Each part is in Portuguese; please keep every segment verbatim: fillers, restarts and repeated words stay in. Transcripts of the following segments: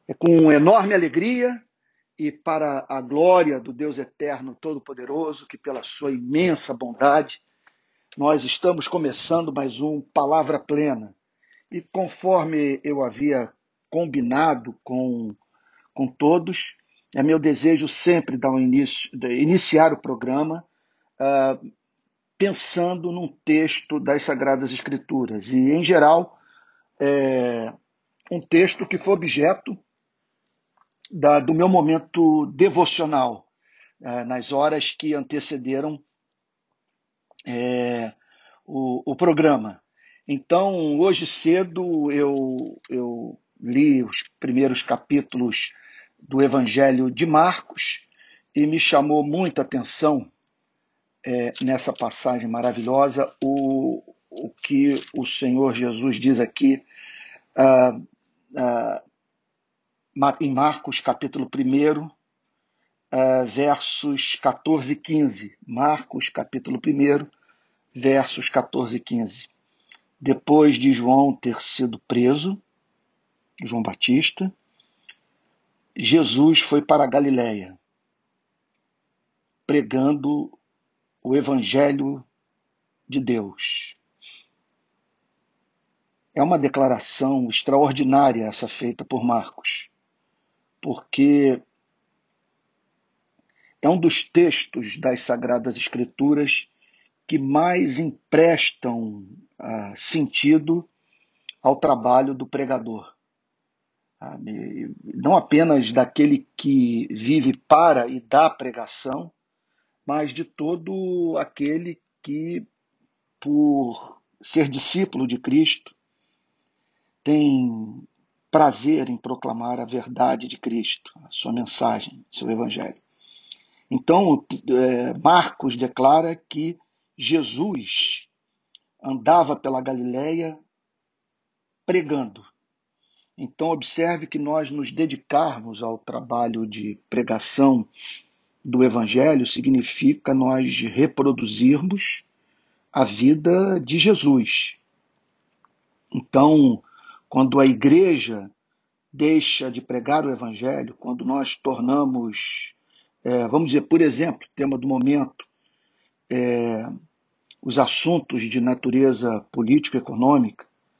É com enorme alegria e para a glória do Deus Eterno Todo-Poderoso, que pela sua imensa bondade, nós estamos começando mais um Palavra Plena. E conforme eu havia combinado com, com todos, é meu desejo sempre dar um início, iniciar o programa uh, pensando num texto das Sagradas Escrituras. E, em geral, é um texto que foi objeto Da, do meu momento devocional, é, nas horas que antecederam é, o, o programa. Então, hoje cedo, eu, eu li os primeiros capítulos do Evangelho de Marcos e me chamou muita atenção é, nessa passagem maravilhosa o, o que o Senhor Jesus diz aqui ah, ah, em Marcos capítulo um, Uh, versos catorze e quinze. Marcos, capítulo um, versos catorze e quinze. Depois de João ter sido preso, João Batista, Jesus foi para a Galiléia, pregando o Evangelho de Deus. É uma declaração extraordinária essa feita por Marcos, porque é um dos textos das Sagradas Escrituras que mais emprestam uh, sentido ao trabalho do pregador. Não apenas daquele que vive para e dá pregação, mas de todo aquele que, por ser discípulo de Cristo, tem prazer em proclamar a verdade de Cristo, a sua mensagem, seu evangelho. Então, Marcos declara que Jesus andava pela Galileia pregando. Então, observe que nós nos dedicarmos ao trabalho de pregação do Evangelho significa nós reproduzirmos a vida de Jesus. Então, quando a igreja deixa de pregar o Evangelho, quando nós tornamos, é, vamos dizer, por exemplo, tema do momento, é, os assuntos de natureza político-econômica,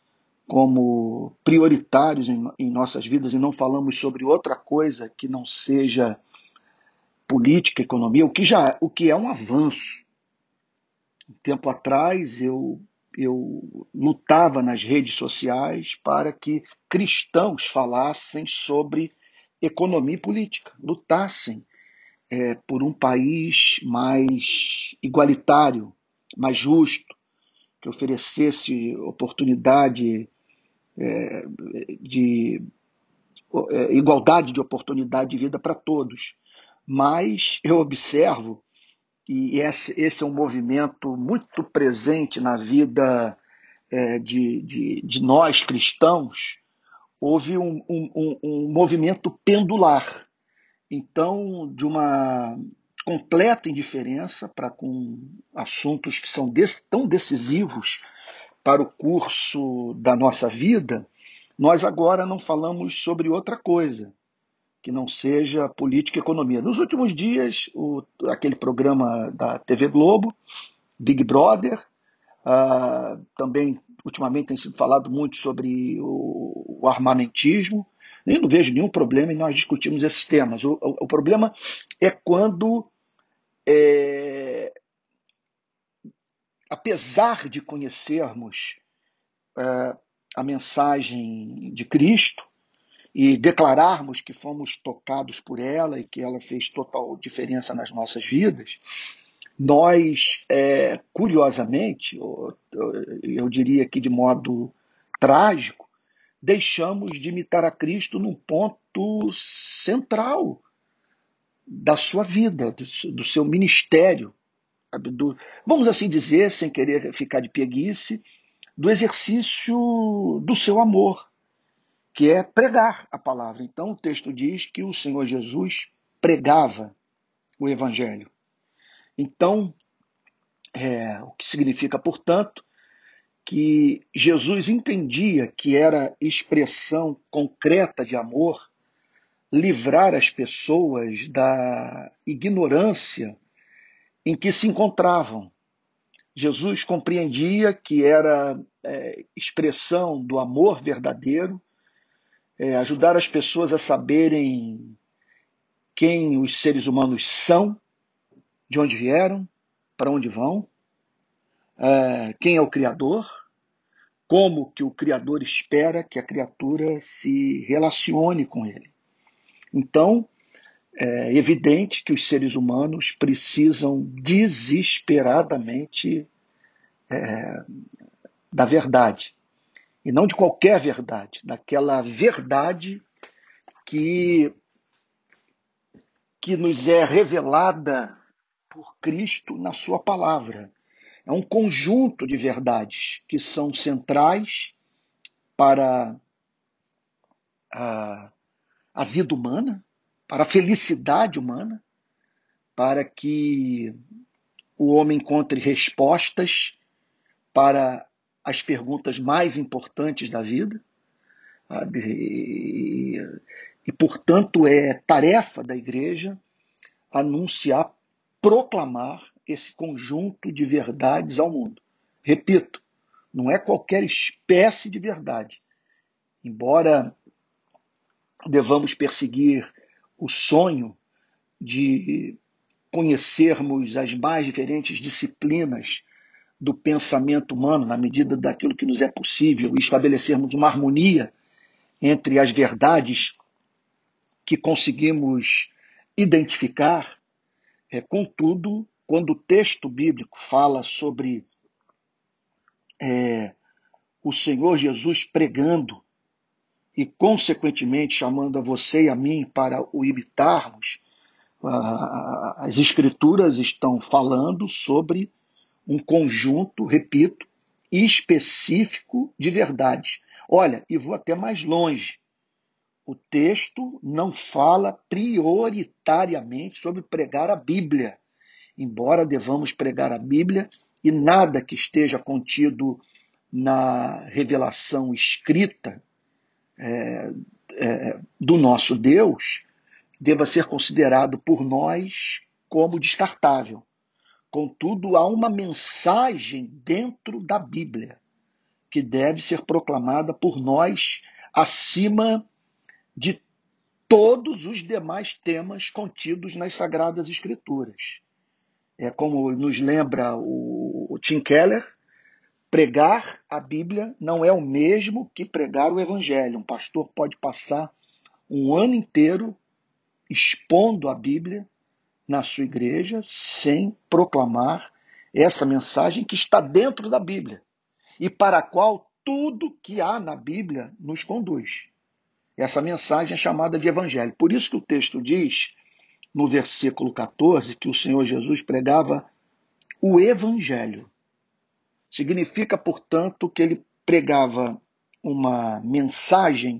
como prioritários em, em nossas vidas e não falamos sobre outra coisa que não seja política, economia, o que, já, o que é um avanço. Um tempo atrás eu, eu lutava nas redes sociais para que cristãos falassem sobre economia e política, lutassem é, por um país mais igualitário, mais justo, que oferecesse oportunidade é, de é, igualdade de oportunidade de vida para todos. Mas eu observo, e esse, esse é um movimento muito presente na vida é, de, de, de nós cristãos, houve um, um, um, um movimento pendular. Então, de uma completa indiferença para com assuntos que são desse, tão decisivos para o curso da nossa vida, nós agora não falamos sobre outra coisa que não seja política e economia. Nos últimos dias, o, aquele programa da T V Globo, Big Brother, uh, também ultimamente tem sido falado muito sobre o, o armamentismo. Eu não vejo nenhum problema em nós discutirmos esses temas. O, o, o problema é quando, é, apesar de conhecermos uh, a mensagem de Cristo, e declararmos que fomos tocados por ela e que ela fez total diferença nas nossas vidas, nós, é, curiosamente, eu, eu diria que de modo trágico, deixamos de imitar a Cristo num ponto central da sua vida, do, do seu ministério, do, vamos assim dizer, sem querer ficar de pieguice, do exercício do seu amor, que é pregar a palavra. Então o texto diz que o Senhor Jesus pregava o Evangelho. Então, é, o que significa, portanto, que Jesus entendia que era expressão concreta de amor livrar as pessoas da ignorância em que se encontravam. Jesus compreendia que era é, expressão do amor verdadeiro, é, ajudar as pessoas a saberem quem os seres humanos são, de onde vieram, para onde vão, é, quem é o Criador, como que o Criador espera que a criatura se relacione com ele. Então, é evidente que os seres humanos precisam desesperadamente é, da verdade. E não de qualquer verdade, daquela verdade que, que nos é revelada por Cristo na sua palavra. É um conjunto de verdades que são centrais para a, a vida humana, para a felicidade humana, para que o homem encontre respostas para as perguntas mais importantes da vida. Sabe? E, e, portanto, é tarefa da igreja anunciar, proclamar esse conjunto de verdades ao mundo. Repito, não é qualquer espécie de verdade. Embora devamos perseguir o sonho de conhecermos as mais diferentes disciplinas do pensamento humano, na medida daquilo que nos é possível, e estabelecermos uma harmonia entre as verdades que conseguimos identificar, é, contudo, quando o texto bíblico fala sobre é, o Senhor Jesus pregando e, consequentemente, chamando a você e a mim para o imitarmos, as Escrituras estão falando sobre um conjunto, repito, específico de verdades. Olha, e vou até mais longe. O texto não fala prioritariamente sobre pregar a Bíblia, embora devamos pregar a Bíblia, e nada que esteja contido na revelação escrita é, é, do nosso Deus deva ser considerado por nós como descartável. Contudo, há uma mensagem dentro da Bíblia que deve ser proclamada por nós acima de todos os demais temas contidos nas Sagradas Escrituras. É como nos lembra o Tim Keller, pregar a Bíblia não é o mesmo que pregar o Evangelho. Um pastor pode passar um ano inteiro expondo a Bíblia na sua igreja sem proclamar essa mensagem que está dentro da Bíblia e para a qual tudo que há na Bíblia nos conduz. Essa mensagem é chamada de Evangelho. Por isso que o texto diz, no versículo catorze, que o Senhor Jesus pregava o Evangelho. Significa, portanto, que ele pregava uma mensagem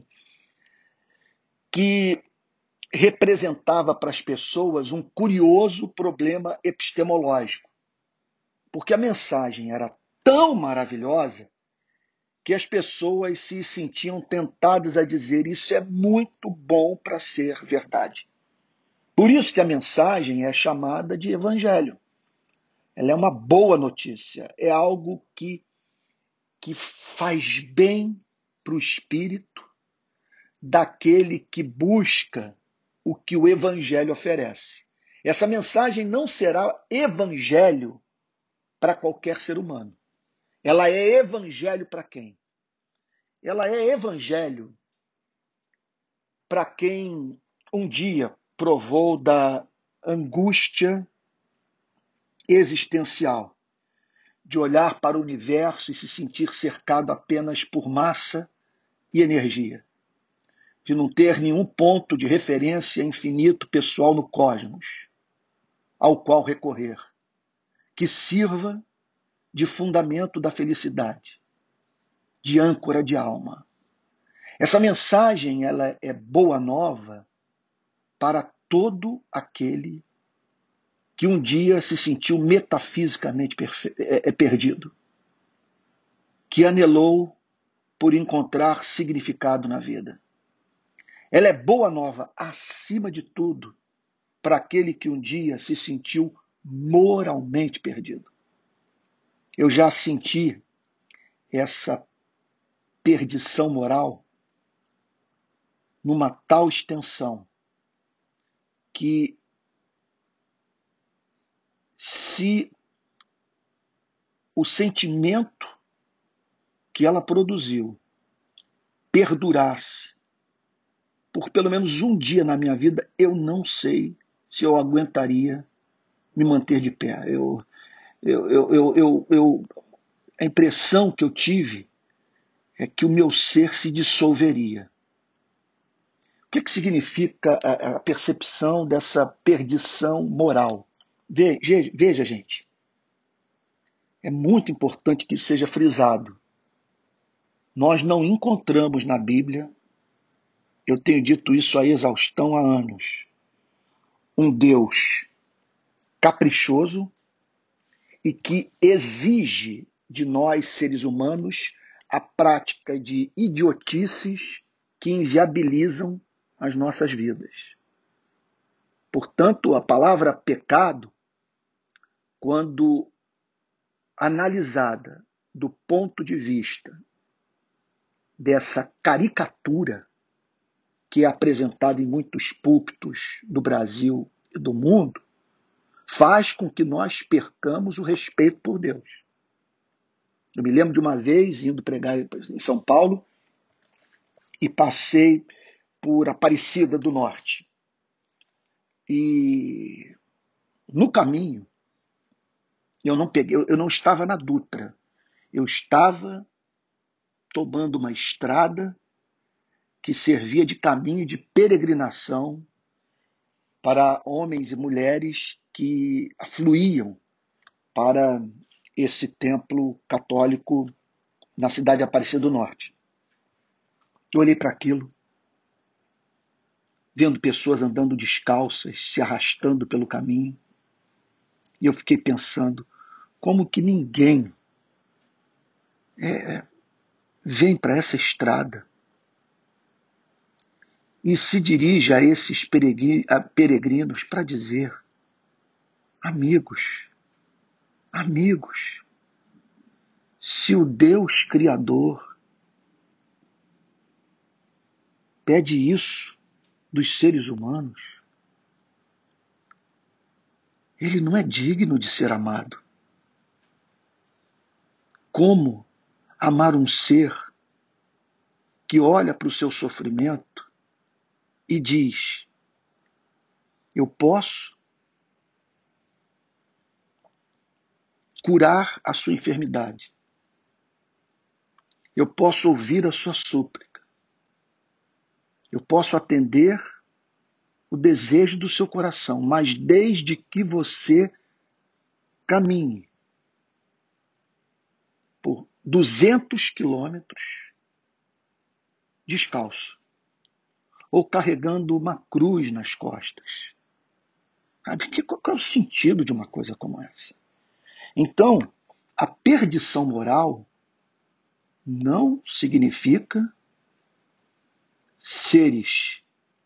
que representava para as pessoas um curioso problema epistemológico. Porque a mensagem era tão maravilhosa que as pessoas se sentiam tentadas a dizer: isso é muito bom para ser verdade. Por isso que a mensagem é chamada de evangelho. Ela é uma boa notícia, é algo que, que faz bem para o espírito daquele que busca o que o evangelho oferece. Essa mensagem não será evangelho para qualquer ser humano. Ela é evangelho para quem? Ela é evangelho para quem um dia provou da angústia existencial de olhar para o universo e se sentir cercado apenas por massa e energia, de não ter nenhum ponto de referência infinito pessoal no cosmos, ao qual recorrer, que sirva de fundamento da felicidade, de âncora de alma. Essa mensagem ela é boa nova para todo aquele que um dia se sentiu metafisicamente perdido, que anelou por encontrar significado na vida. Ela é boa nova, acima de tudo, para aquele que um dia se sentiu moralmente perdido. Eu já senti essa perdição moral numa tal extensão que, se o sentimento que ela produziu perdurasse por pelo menos um dia na minha vida, eu não sei se eu aguentaria me manter de pé. Eu, eu, eu, eu, eu, eu, a impressão que eu tive é que o meu ser se dissolveria. O que, que significa a, a percepção dessa perdição moral? Veja, veja, gente, é muito importante que isso seja frisado. Nós não encontramos na Bíblia, eu tenho dito isso a exaustão há anos, um Deus caprichoso e que exige de nós, seres humanos, a prática de idiotices que inviabilizam as nossas vidas. Portanto, a palavra pecado, quando analisada do ponto de vista dessa caricatura que é apresentada em muitos púlpitos do Brasil e do mundo, faz com que nós percamos o respeito por Deus. Eu me lembro de uma vez indo pregar em São Paulo e passei por Aparecida do Norte. E no caminho, eu não peguei, eu não estava na Dutra, eu estava tomando uma estrada que servia de caminho de peregrinação para homens e mulheres que afluíam para esse templo católico na cidade de Aparecida do Norte. Eu olhei para aquilo, vendo pessoas andando descalças, se arrastando pelo caminho, e eu fiquei pensando, como que ninguém é, vem para essa estrada e se dirige a esses peregrinos para dizer: amigos, amigos, se o Deus Criador pede isso dos seres humanos, ele não é digno de ser amado. Como amar um ser que olha para o seu sofrimento e diz: eu posso curar a sua enfermidade, eu posso ouvir a sua súplica, eu posso atender o desejo do seu coração, mas desde que você caminhe por duzentos quilômetros descalço ou carregando uma cruz nas costas. Sabe? Qual é o sentido de uma coisa como essa? Então, a perdição moral não significa seres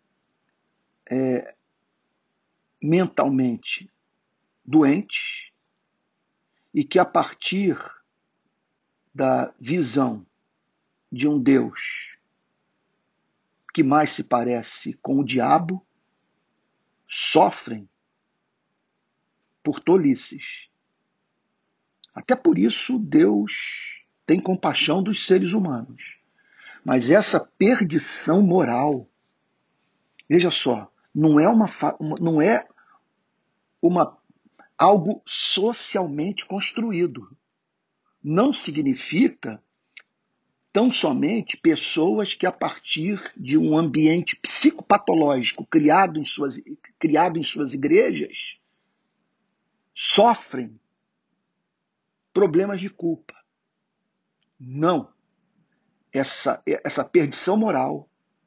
é, mentalmente doentes e que, a partir da visão de um Deus que mais se parece com o diabo, sofrem por tolices. Até por isso Deus tem compaixão dos seres humanos. Mas essa perdição moral, veja só, não é uma, não é uma algo socialmente construído. Não significa tão somente pessoas que, a partir de um ambiente psicopatológico criado em suas, criado em suas igrejas, sofrem problemas de culpa. Não. Essa, essa perdição moral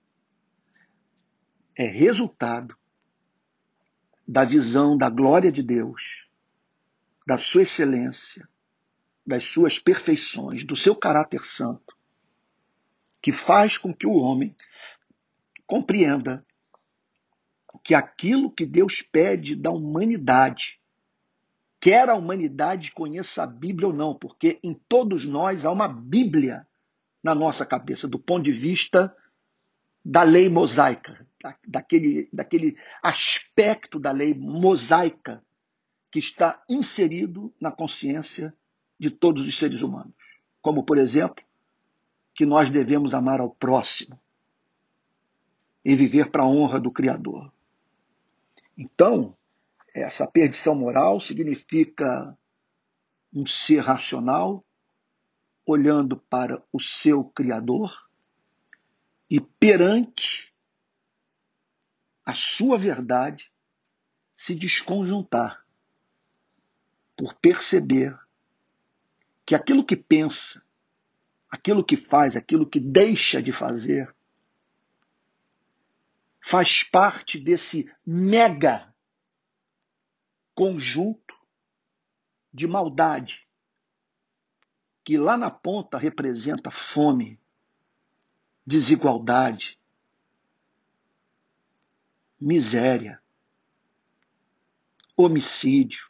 é resultado da visão da glória de Deus, da sua excelência, das suas perfeições, do seu caráter santo, que faz com que o homem compreenda que aquilo que Deus pede da humanidade, quer a humanidade conheça a Bíblia ou não, porque em todos nós há uma Bíblia na nossa cabeça, do ponto de vista da lei mosaica, daquele, daquele aspecto da lei mosaica que está inserido na consciência de todos os seres humanos. Como, por exemplo, que nós devemos amar ao próximo e viver para a honra do Criador. Então, essa perdição moral significa um ser racional, olhando para o seu Criador e perante a sua verdade se desconjuntar por perceber que aquilo que pensa, aquilo que faz, aquilo que deixa de fazer, faz parte desse mega conjunto de maldade que lá na ponta representa fome, desigualdade, miséria, homicídio,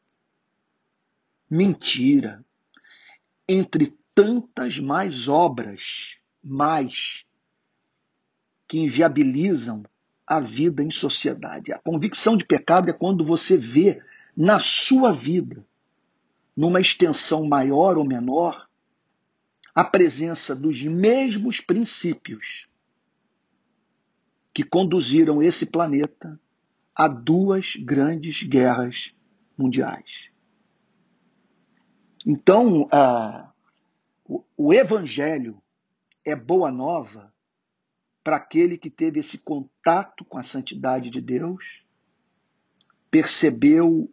mentira, entre tantas mais obras, mais, que inviabilizam a vida em sociedade. A convicção de pecado é quando você vê na sua vida, numa extensão maior ou menor, a presença dos mesmos princípios que conduziram esse planeta a duas grandes guerras mundiais. Então, uh, o, o Evangelho é boa nova para aquele que teve esse contato com a santidade de Deus, percebeu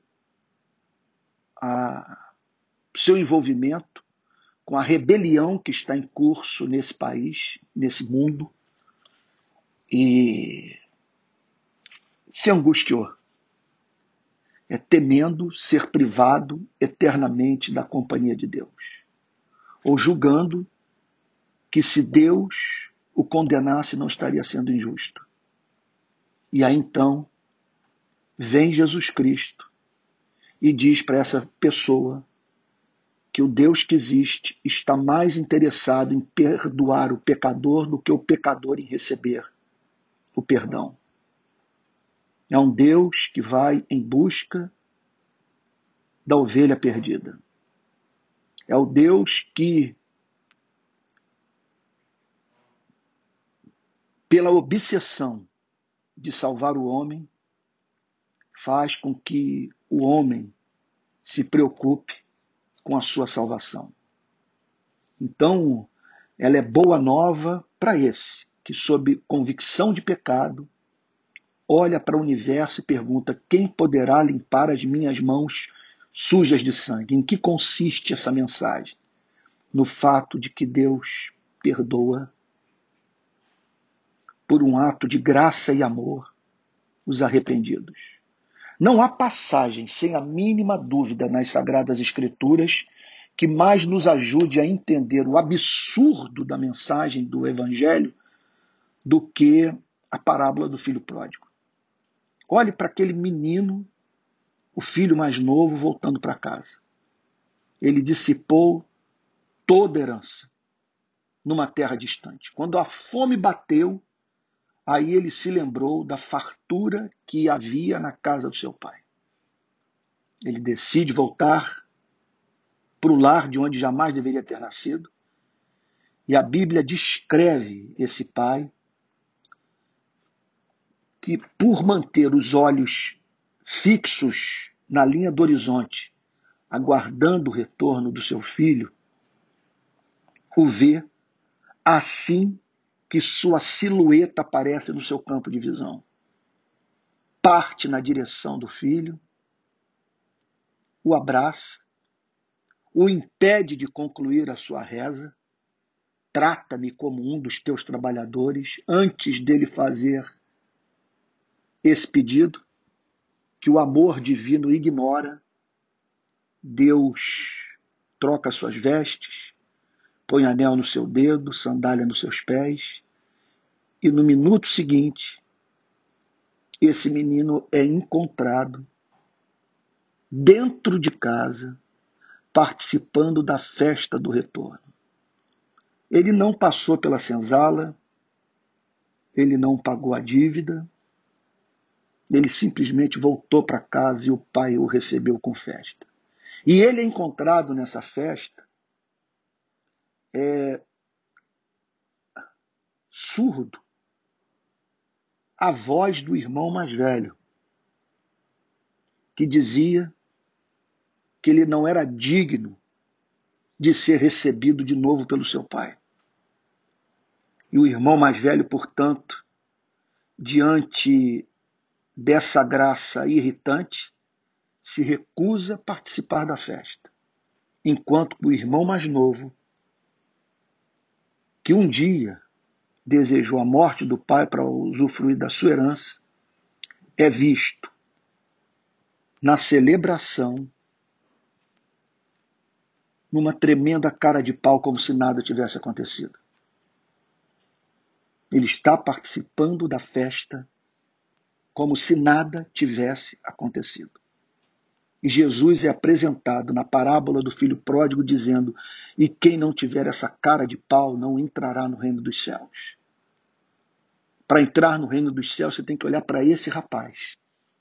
a, seu envolvimento com a rebelião que está em curso nesse país, nesse mundo, e se angustiou, é, temendo ser privado eternamente da companhia de Deus, ou julgando que se Deus o condenasse não estaria sendo injusto. E aí então vem Jesus Cristo e diz para essa pessoa que o Deus que existe está mais interessado em perdoar o pecador do que o pecador em receber o perdão. É um Deus que vai em busca da ovelha perdida. É o Deus que, pela obsessão de salvar o homem, faz com que o homem se preocupe com a sua salvação. Então, ela é boa nova para esse, que sob convicção de pecado, olha para o universo e pergunta: quem poderá limpar as minhas mãos sujas de sangue? Em que consiste essa mensagem? No fato de que Deus perdoa, por um ato de graça e amor, os arrependidos. Não há passagem, sem a mínima dúvida, nas Sagradas Escrituras que mais nos ajude a entender o absurdo da mensagem do Evangelho do que a parábola do filho pródigo. Olhe para aquele menino, o filho mais novo, voltando para casa. Ele dissipou toda a herança numa terra distante. Quando a fome bateu, aí ele se lembrou da fartura que havia na casa do seu pai. Ele decide voltar para o lar de onde jamais deveria ter nascido. E a Bíblia descreve esse pai que, por manter os olhos fixos na linha do horizonte, aguardando o retorno do seu filho, o vê assim que sua silhueta aparece no seu campo de visão. Parte na direção do filho, o abraça, o impede de concluir a sua reza, trata-me como um dos teus trabalhadores, antes dele fazer esse pedido, que o amor divino ignora, Deus troca suas vestes, põe anel no seu dedo, sandália nos seus pés, E no minuto seguinte, esse menino é encontrado dentro de casa, participando da festa do retorno. Ele não passou pela senzala, ele não pagou a dívida, ele simplesmente voltou para casa e o pai o recebeu com festa. E ele é encontrado nessa festa é, surdo à voz do irmão mais velho, que dizia que ele não era digno de ser recebido de novo pelo seu pai. E o irmão mais velho, portanto, diante dessa graça irritante, se recusa a participar da festa, enquanto o irmão mais novo, que um dia desejou a morte do pai para usufruir da sua herança, é visto na celebração numa tremenda cara de pau, como se nada tivesse acontecido. Ele está participando da festa como se nada tivesse acontecido. E Jesus é apresentado na parábola do filho pródigo dizendo: e quem não tiver essa cara de pau não entrará no reino dos céus. Para entrar no reino dos céus, você tem que olhar para esse rapaz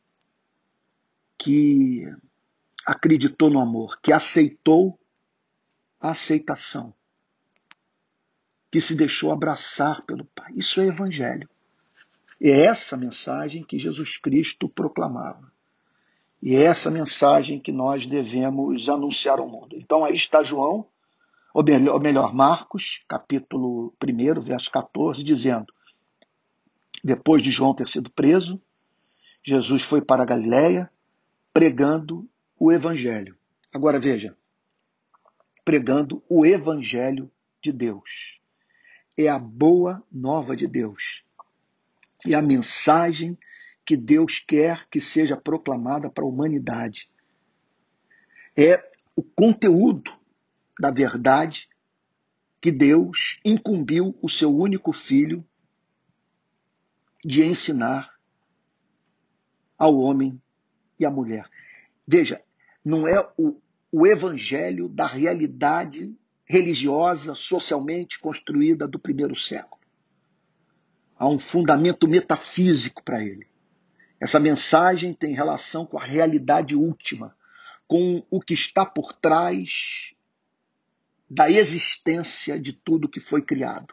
que acreditou no amor, que aceitou a aceitação, que se deixou abraçar pelo Pai. Isso é evangelho. É essa mensagem que Jesus Cristo proclamava. E é essa mensagem que nós devemos anunciar ao mundo. Então aí está João, ou melhor, ou melhor Marcos, capítulo um, verso catorze, dizendo: depois de João ter sido preso, Jesus foi para a Galiléia pregando o evangelho. Agora veja, pregando o evangelho de Deus. É a boa nova de Deus. É a mensagem que Deus quer que seja proclamada para a humanidade. É o conteúdo da verdade que Deus incumbiu o seu único filho de ensinar ao homem e à mulher. Veja, não é o, o evangelho da realidade religiosa, socialmente construída do primeiro século. Há um fundamento metafísico para ele. Essa mensagem tem relação com a realidade última, com o que está por trás da existência de tudo que foi criado.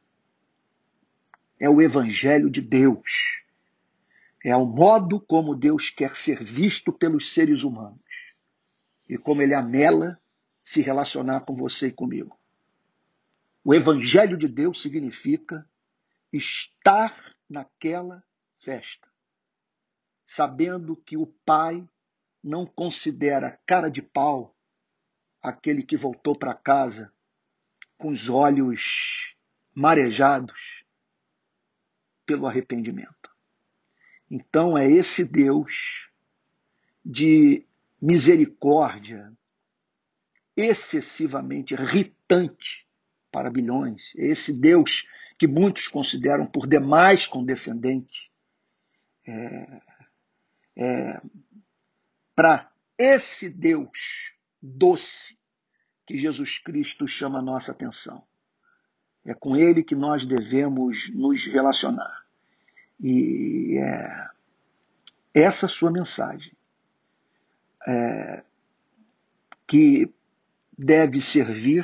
É o evangelho de Deus. É o modo como Deus quer ser visto pelos seres humanos. E como ele anela se relacionar com você e comigo. O evangelho de Deus significa estar naquela festa, sabendo que o Pai não considera cara de pau aquele que voltou para casa com os olhos marejados pelo arrependimento. Então é esse Deus de misericórdia excessivamente irritante para bilhões, é esse Deus que muitos consideram por demais condescendente, é, é, para esse Deus doce que Jesus Cristo chama a nossa atenção. É com ele que nós devemos nos relacionar. E é essa sua mensagem é, que deve servir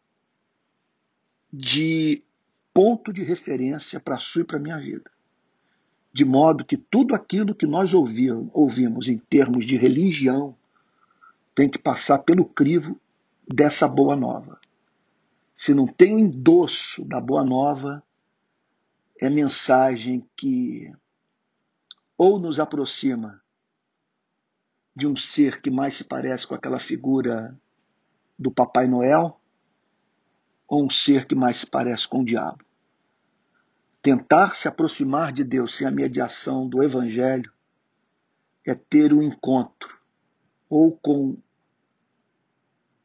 de ponto de referência para a sua e para a minha vida. De modo que tudo aquilo que nós ouvimos em termos de religião tem que passar pelo crivo dessa boa nova. Se não tem o endosso da boa nova, é mensagem que ou nos aproxima de um ser que mais se parece com aquela figura do Papai Noel, ou um ser que mais se parece com o diabo. Tentar se aproximar de Deus sem a mediação do Evangelho é ter um encontro ou com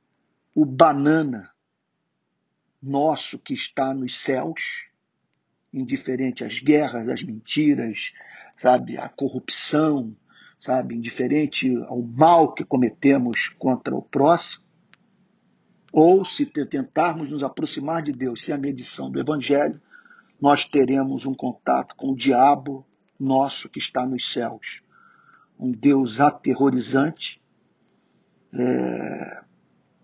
o banana nosso que está nos céus, indiferente às guerras, às mentiras, sabe, à corrupção, sabe, indiferente ao mal que cometemos contra o próximo, ou se tentarmos nos aproximar de Deus sem a medição do Evangelho, nós teremos um contato com o diabo nosso que está nos céus. Um Deus aterrorizante, é,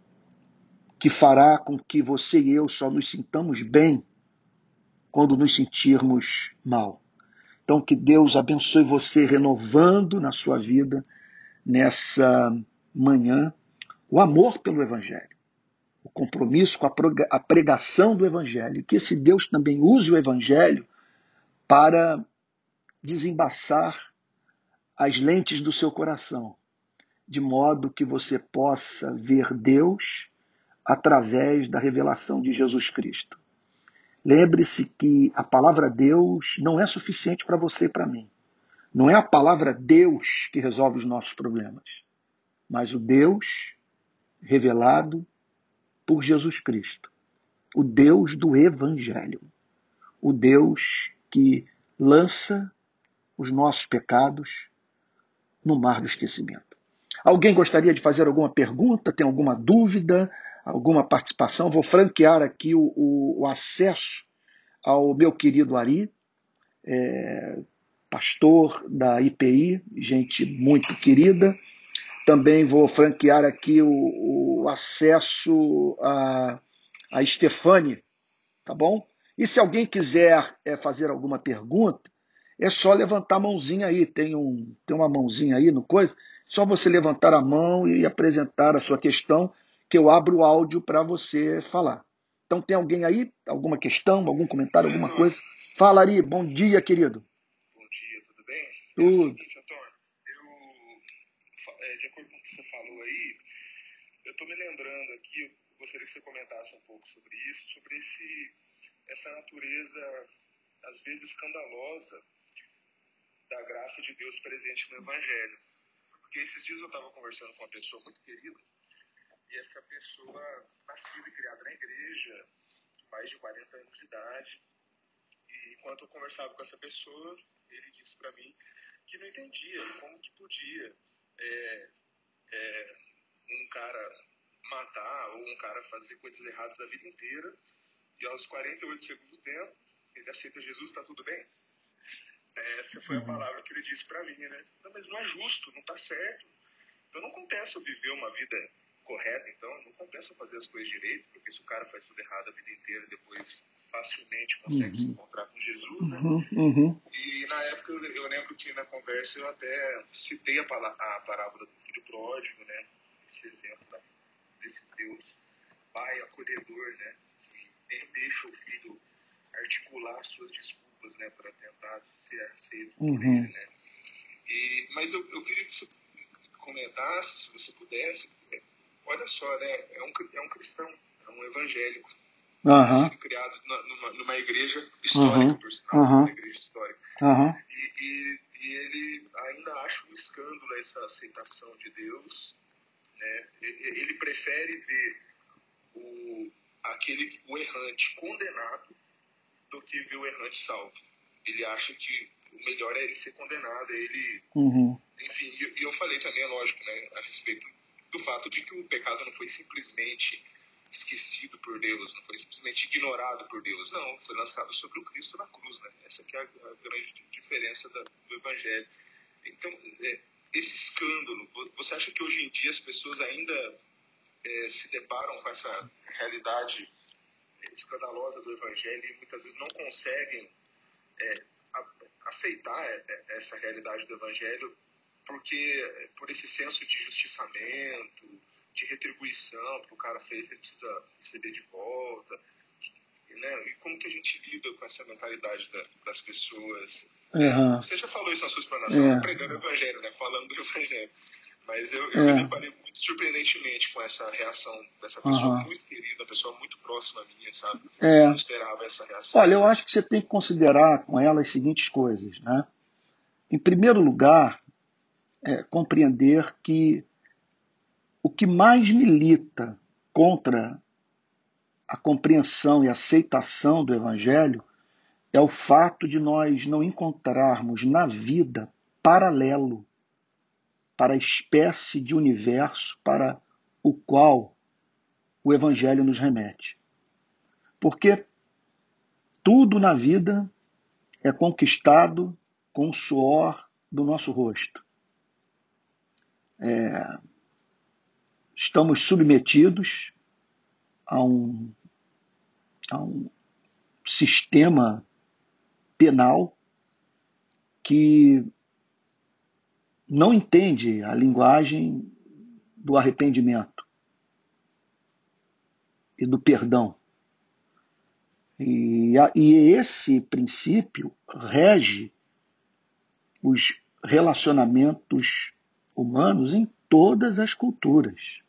que fará com que você e eu só nos sintamos bem quando nos sentirmos mal. Então, que Deus abençoe você, renovando na sua vida, nessa manhã, o amor pelo Evangelho, o compromisso com a pregação do Evangelho, e que esse Deus também use o Evangelho para desembaçar as lentes do seu coração, de modo que você possa ver Deus através da revelação de Jesus Cristo. Lembre-se que a palavra Deus não é suficiente para você e para mim. Não é a palavra Deus que resolve os nossos problemas, mas o Deus revelado por Jesus Cristo. O Deus do Evangelho. O Deus que lança os nossos pecados no mar do esquecimento. Alguém gostaria de fazer alguma pergunta? Tem alguma dúvida? Alguma participação? Vou franquear aqui o, o, o acesso ao meu querido Ari, é, pastor da I P I, gente muito querida. Também vou franquear aqui o, o acesso a, a Stefane, tá bom? E se alguém quiser é, fazer alguma pergunta, é só levantar a mãozinha aí. Tem, um, tem uma mãozinha aí no coisa. Só você levantar a mão e apresentar a sua questão, que eu abro o áudio para você falar. Então tem alguém aí? Alguma questão, algum comentário, alguma coisa? Fala, Ari. Bom dia, querido. Bom dia, tudo bem? Tudo. É o seguinte, Antônio, eu, de acordo com o que você falou aí, eu estou me lembrando aqui, eu gostaria que você comentasse um pouco sobre isso, sobre esse, essa natureza, às vezes escandalosa, da graça de Deus presente no Evangelho. Porque esses dias eu estava conversando com uma pessoa muito querida, e essa pessoa, nascida e criada na igreja, mais de quarenta anos de idade, e enquanto eu conversava com essa pessoa, ele disse para mim que não entendia como que podia é, é, um cara matar ou um cara fazer coisas erradas a vida inteira, e aos quarenta e oito segundos do tempo, ele aceita Jesus, está tudo bem? Essa foi a palavra que ele disse para mim, né? Não, mas não é justo, não está certo. Então não compensa eu viver uma vida correta, então não compensa eu fazer as coisas direito, porque se o cara faz tudo errado a vida inteira, depois facilmente consegue uhum. se encontrar com Jesus, né? Uhum, uhum. E na época eu, eu lembro que na conversa eu até citei a, a parábola do filho pródigo, né? Esse exemplo desse Deus pai acolhedor, né? Que nem deixa o filho articular suas desculpas, né? Para tentar ser aceito por Uhum. ele, né? E, mas eu, eu queria que você comentasse, se você pudesse, olha só, né? É um, é um cristão, é um evangélico, uhum. sido criado numa, numa igreja histórica, uhum. por sinal, uhum. uma igreja histórica. Uhum. E, e, e ele ainda acha um escândalo essa aceitação de Deus, né? Ele prefere ver o, aquele, o errante condenado do que ver o errante salvo. Ele acha que o melhor é ele ser condenado, é ele... Uhum. Enfim, e eu falei também, lógico, né, a respeito do fato de que o pecado não foi simplesmente esquecido por Deus, não foi simplesmente ignorado por Deus, não, foi lançado sobre o Cristo na cruz, né? Essa que é a, a grande diferença da, do Evangelho. Então, é, esse escândalo, você acha que hoje em dia as pessoas ainda é, se deparam com essa realidade escandalosa do Evangelho e muitas vezes não conseguem é, a, aceitar essa realidade do Evangelho porque por esse senso de justiçamento, de retribuição, que o cara fez, ele precisa receber de volta, né? E como que a gente lida com essa mentalidade da, das pessoas? Uhum. Você já falou isso na sua explanação, é. pregando o Evangelho, né? Falando do Evangelho. Mas eu, eu é. me deparei muito surpreendentemente com essa reação dessa pessoa uhum. muito querida, uma pessoa muito próxima minha, sabe? É. Eu não esperava essa reação. Olha, eu acho que você tem que considerar com ela as seguintes coisas, né? Em primeiro lugar, é, compreender que o que mais milita contra a compreensão e aceitação do Evangelho é o fato de nós não encontrarmos na vida paralelo para a espécie de universo para o qual o Evangelho nos remete. Porque tudo na vida é conquistado com o suor do nosso rosto. É, estamos submetidos a um, a um sistema penal que não entende a linguagem do arrependimento e do perdão. E, a, e esse princípio rege os relacionamentos humanos em todas as culturas.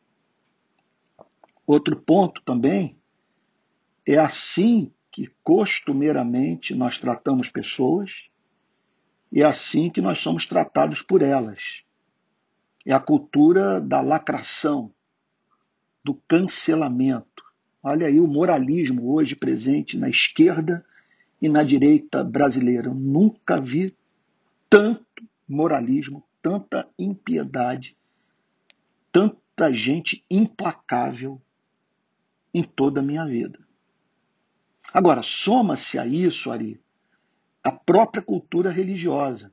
Outro ponto também é assim que costumeiramente nós tratamos pessoas e é assim que nós somos tratados por elas. É a cultura da lacração, do cancelamento. Olha aí o moralismo hoje presente na esquerda e na direita brasileira. Eu nunca vi tanto moralismo, tanta impiedade, tanta gente implacável em toda a minha vida. Agora, soma-se a isso, Ari, a própria cultura religiosa,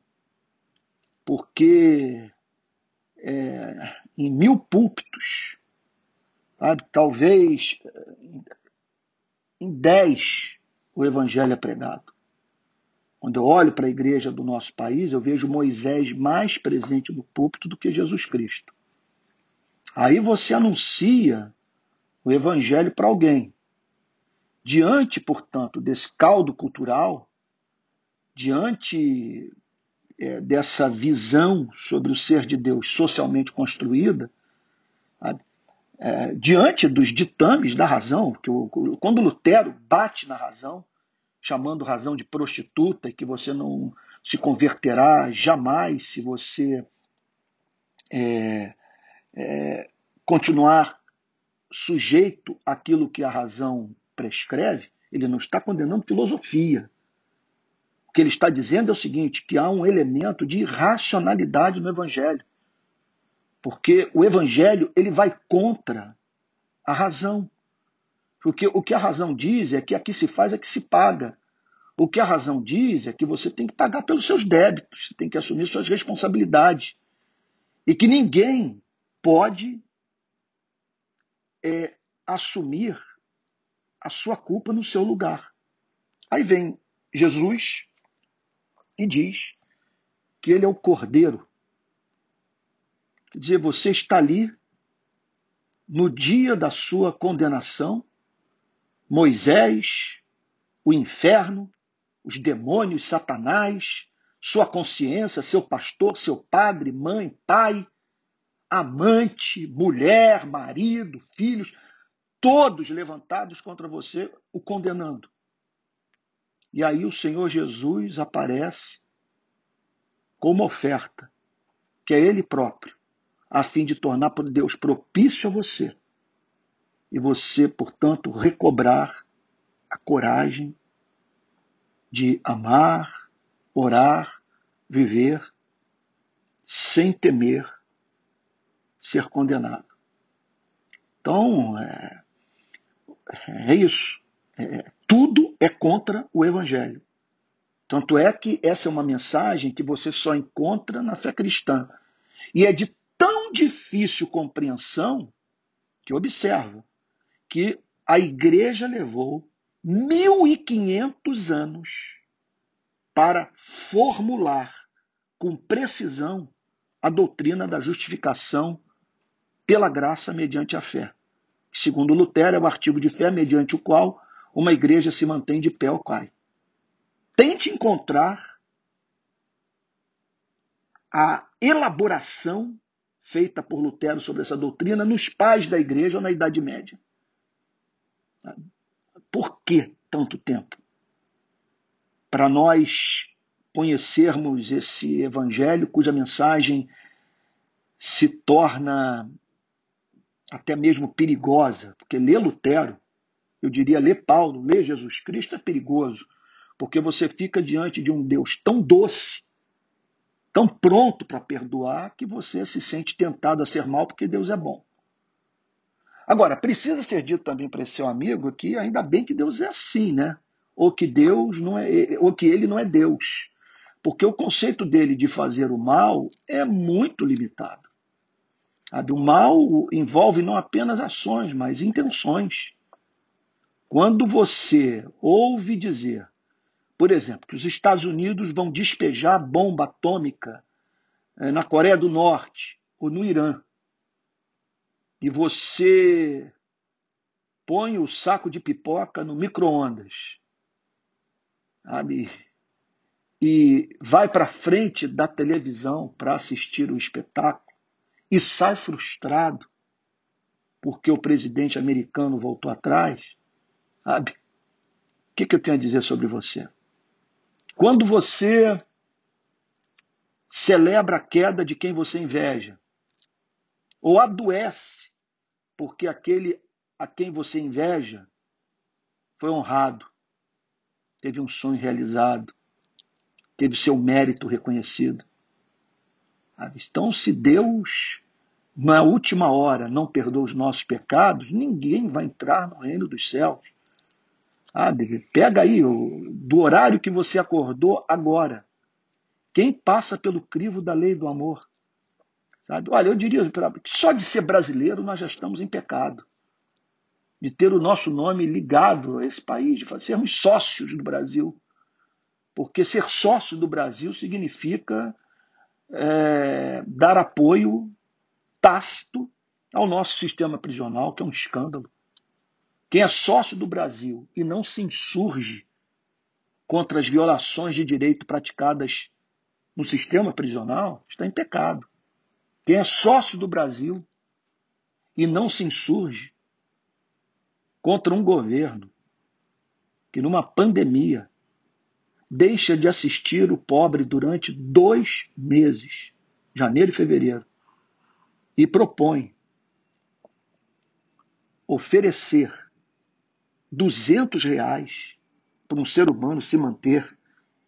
porque é, em mil púlpitos, sabe, talvez em dez o evangelho é pregado. Quando eu olho para a igreja do nosso país, eu vejo Moisés mais presente no púlpito do que Jesus Cristo. Aí você anuncia o evangelho para alguém. Diante, portanto, desse caldo cultural, diante é, dessa visão sobre o ser de Deus socialmente construída, é, diante dos ditames da razão, que o, quando Lutero bate na razão, chamando razão de prostituta, e que você não se converterá jamais se você é, é, continuar sujeito àquilo que a razão prescreve, ele não está condenando filosofia. O que ele está dizendo é o seguinte, que há um elemento de irracionalidade no Evangelho. Porque o Evangelho ele vai contra a razão. Porque o que a razão diz é que aqui se faz é que se paga. O que a razão diz é que você tem que pagar pelos seus débitos, você tem que assumir suas responsabilidades. E que ninguém pode é, assumir a sua culpa no seu lugar. Aí vem Jesus e diz que ele é o Cordeiro. Quer dizer, você está ali no dia da sua condenação, Moisés, o inferno, os demônios, Satanás, sua consciência, seu pastor, seu padre, mãe, pai, amante, mulher, marido, filhos, todos levantados contra você, o condenando. E aí o Senhor Jesus aparece como oferta, que é Ele próprio, a fim de tornar por Deus propício a você. E você, portanto, recobrar a coragem de amar, orar, viver, sem temer ser condenado. Então, é, é isso. É, tudo é contra o Evangelho. Tanto é que essa é uma mensagem que você só encontra na fé cristã. E é de tão difícil compreensão que observa que a igreja levou mil e quinhentos anos para formular com precisão a doutrina da justificação pela graça mediante a fé. Segundo Lutero, é o artigo de fé mediante o qual uma igreja se mantém de pé ou cai. Tente encontrar a elaboração feita por Lutero sobre essa doutrina nos pais da igreja ou na Idade Média. Por que tanto tempo? Para nós conhecermos esse evangelho cuja mensagem se torna até mesmo perigosa, porque ler Lutero, eu diria ler Paulo, ler Jesus Cristo é perigoso, porque você fica diante de um Deus tão doce, tão pronto para perdoar, que você se sente tentado a ser mal porque Deus é bom. Agora, precisa ser dito também para esse seu amigo que ainda bem que Deus é assim, né? Ou que Deus não é, ou que ele não é Deus. Porque o conceito dele de fazer o mal é muito limitado. Sabe? O mal envolve não apenas ações, mas intenções. Quando você ouve dizer, por exemplo, que os Estados Unidos vão despejar bomba atômica na Coreia do Norte ou no Irã, e você põe o saco de pipoca no micro-ondas, sabe? E vai para frente da televisão para assistir o espetáculo e sai frustrado porque o presidente americano voltou atrás, sabe? O que, que eu tenho a dizer sobre você? Quando você celebra a queda de quem você inveja, ou adoece porque aquele a quem você inveja foi honrado, teve um sonho realizado, teve seu mérito reconhecido. Sabe? Então, se Deus, na última hora, não perdoa os nossos pecados, ninguém vai entrar no reino dos céus. Sabe? Pega aí, do horário que você acordou agora, quem passa pelo crivo da lei do amor? Sabe? Olha, eu diria que só de ser brasileiro nós já estamos em pecado. De ter o nosso nome ligado a esse país, de sermos sócios do Brasil. Porque ser sócio do Brasil significa é, dar apoio tácito ao nosso sistema prisional, que é um escândalo. Quem é sócio do Brasil e não se insurge contra as violações de direito praticadas no sistema prisional está em pecado. Quem é sócio do Brasil e não se insurge contra um governo que, numa pandemia, deixa de assistir o pobre durante dois meses, janeiro e fevereiro, e propõe oferecer duzentos reais para um ser humano se manter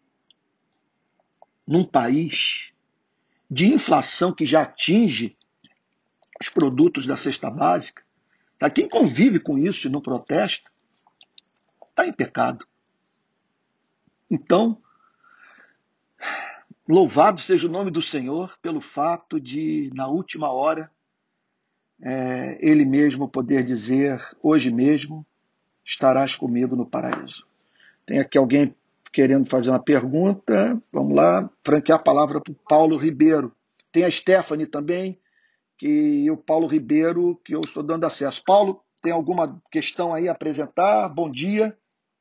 num país de inflação que já atinge os produtos da cesta básica. Tá? Quem convive com isso e não protesta está em pecado. Então, louvado seja o nome do Senhor pelo fato de, na última hora, é, Ele mesmo poder dizer, hoje mesmo estarás comigo no paraíso. Tem aqui alguém querendo fazer uma pergunta. Vamos lá, franquear a palavra para o Paulo Ribeiro. Tem a Stephanie também, que o Paulo Ribeiro, que eu estou dando acesso. Paulo, tem alguma questão aí a apresentar? Bom dia.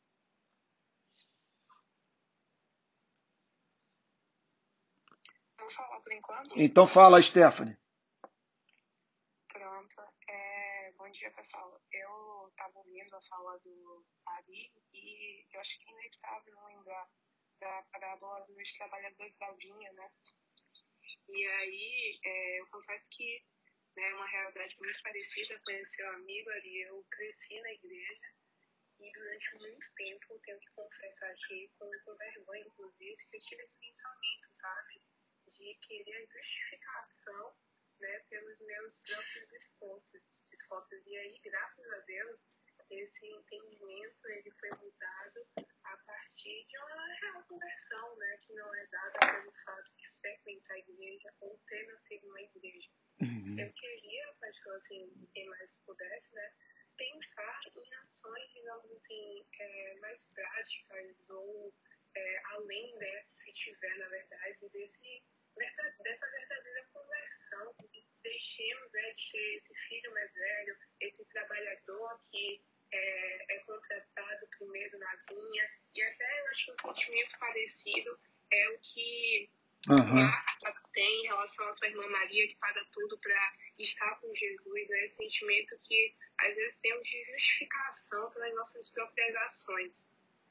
Vou falar por enquanto? Então fala, Stephanie. Pronto. É, bom dia, pessoal. Eu estava ouvindo a fala do Ari e eu acho que é inevitável não lembrar da parábola dos trabalhadores da aldinha, né? E aí, é, eu confesso que é né, uma realidade muito parecida com esse seu amigo Ari. Eu cresci na igreja e durante muito tempo, tenho que confessar aqui, com, com vergonha, inclusive, que eu tive esse pensamento, sabe? De querer justificação, né, pelos meus próprios esforços, esforços. E aí, graças a Deus, esse entendimento ele foi mudado a partir de uma real conversão, né, que não é dada pelo fato de frequentar a igreja ou ter nascido na igreja. Uhum. Eu queria, pastor, assim, quem mais pudesse, né, pensar em ações, digamos assim, é, mais práticas ou é, além, né, se tiver, na verdade, desse dessa verdadeira conversão, que deixemos né, de ser esse filho mais velho, esse trabalhador que é, é contratado primeiro na vinha, e até eu acho que um sentimento parecido é o que uhum. Marta tem em relação à sua irmã Maria, que paga tudo para estar com Jesus, né? Esse sentimento que às vezes temos de justificação pelas nossas próprias ações.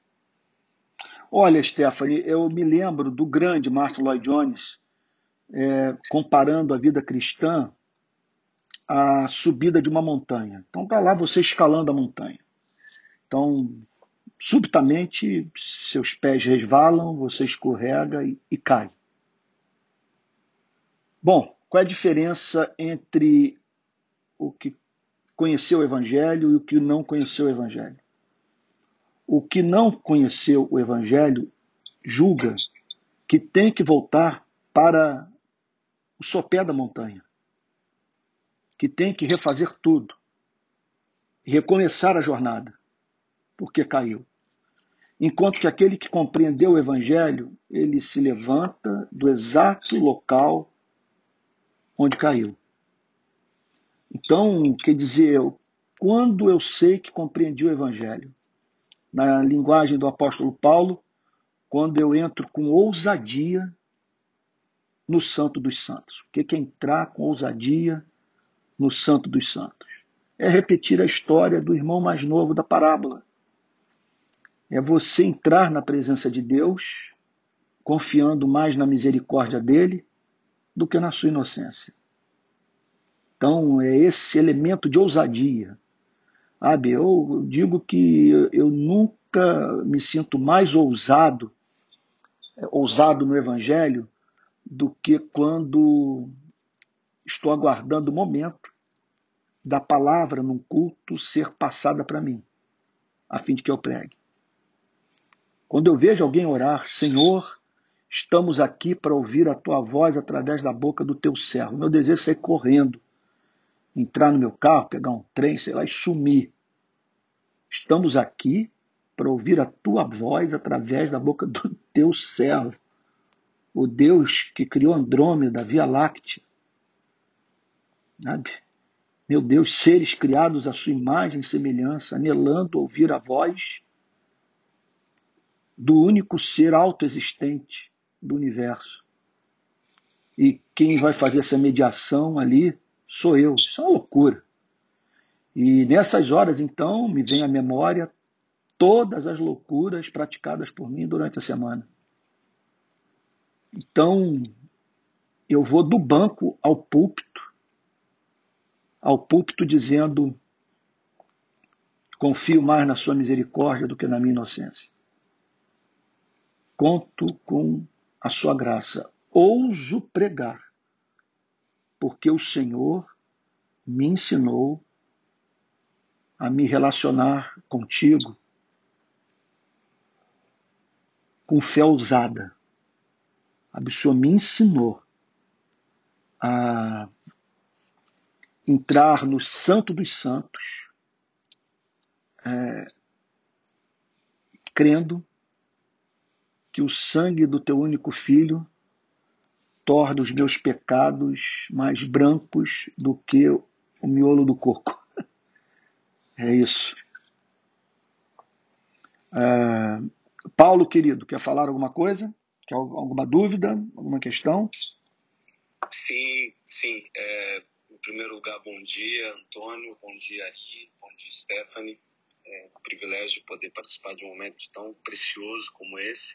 Olha, Stephanie, eu me lembro do grande Martin Lloyd Jones, É, comparando a vida cristã à subida de uma montanha. Então está lá você escalando a montanha. Então subitamente seus pés resvalam, você escorrega e, e cai. Bom, qual é a diferença entre o que conheceu o Evangelho e o que não conheceu o Evangelho? O que não conheceu o Evangelho julga que tem que voltar para o sopé da montanha, que tem que refazer tudo, e recomeçar a jornada, porque caiu. Enquanto que aquele que compreendeu o Evangelho, ele se levanta do exato local onde caiu. Então, quer dizer, quando eu sei que compreendi o Evangelho, na linguagem do apóstolo Paulo, quando eu entro com ousadia no Santo dos Santos. O que é entrar com ousadia no Santo dos Santos? É repetir a história do irmão mais novo da parábola. É você entrar na presença de Deus, confiando mais na misericórdia dele do que na sua inocência. Então, é esse elemento de ousadia. Sabe, eu digo que eu nunca me sinto mais ousado, ousado no Evangelho, do que quando estou aguardando o momento da palavra num culto ser passada para mim, a fim de que eu pregue. Quando eu vejo alguém orar, Senhor, estamos aqui para ouvir a tua voz através da boca do teu servo. Meu desejo é sair correndo, entrar no meu carro, pegar um trem, sei lá, e sumir. Estamos aqui para ouvir a tua voz através da boca do teu servo, o Deus que criou Andrômeda, a Via Láctea. Sabe? Meu Deus, seres criados à sua imagem e semelhança, anelando ouvir a voz do único ser autoexistente do universo. E quem vai fazer essa mediação ali sou eu. Isso é uma loucura. E nessas horas, então, me vem à memória todas as loucuras praticadas por mim durante a semana. Então, eu vou do banco ao púlpito, ao púlpito dizendo: confio mais na sua misericórdia do que na minha inocência. Conto com a sua graça. Ouso pregar, porque o Senhor me ensinou a me relacionar contigo com fé ousada. O Senhor me ensinou a entrar no Santo dos Santos, é, crendo que o sangue do teu único filho torna os meus pecados mais brancos do que o miolo do coco. É isso. É, Paulo, querido, quer falar alguma coisa? Quer alguma dúvida? Alguma questão? Sim, sim. É, em primeiro lugar, bom dia, Antônio. Bom dia, Ari. Bom dia, Stephanie. É um privilégio poder participar de um momento tão precioso como esse.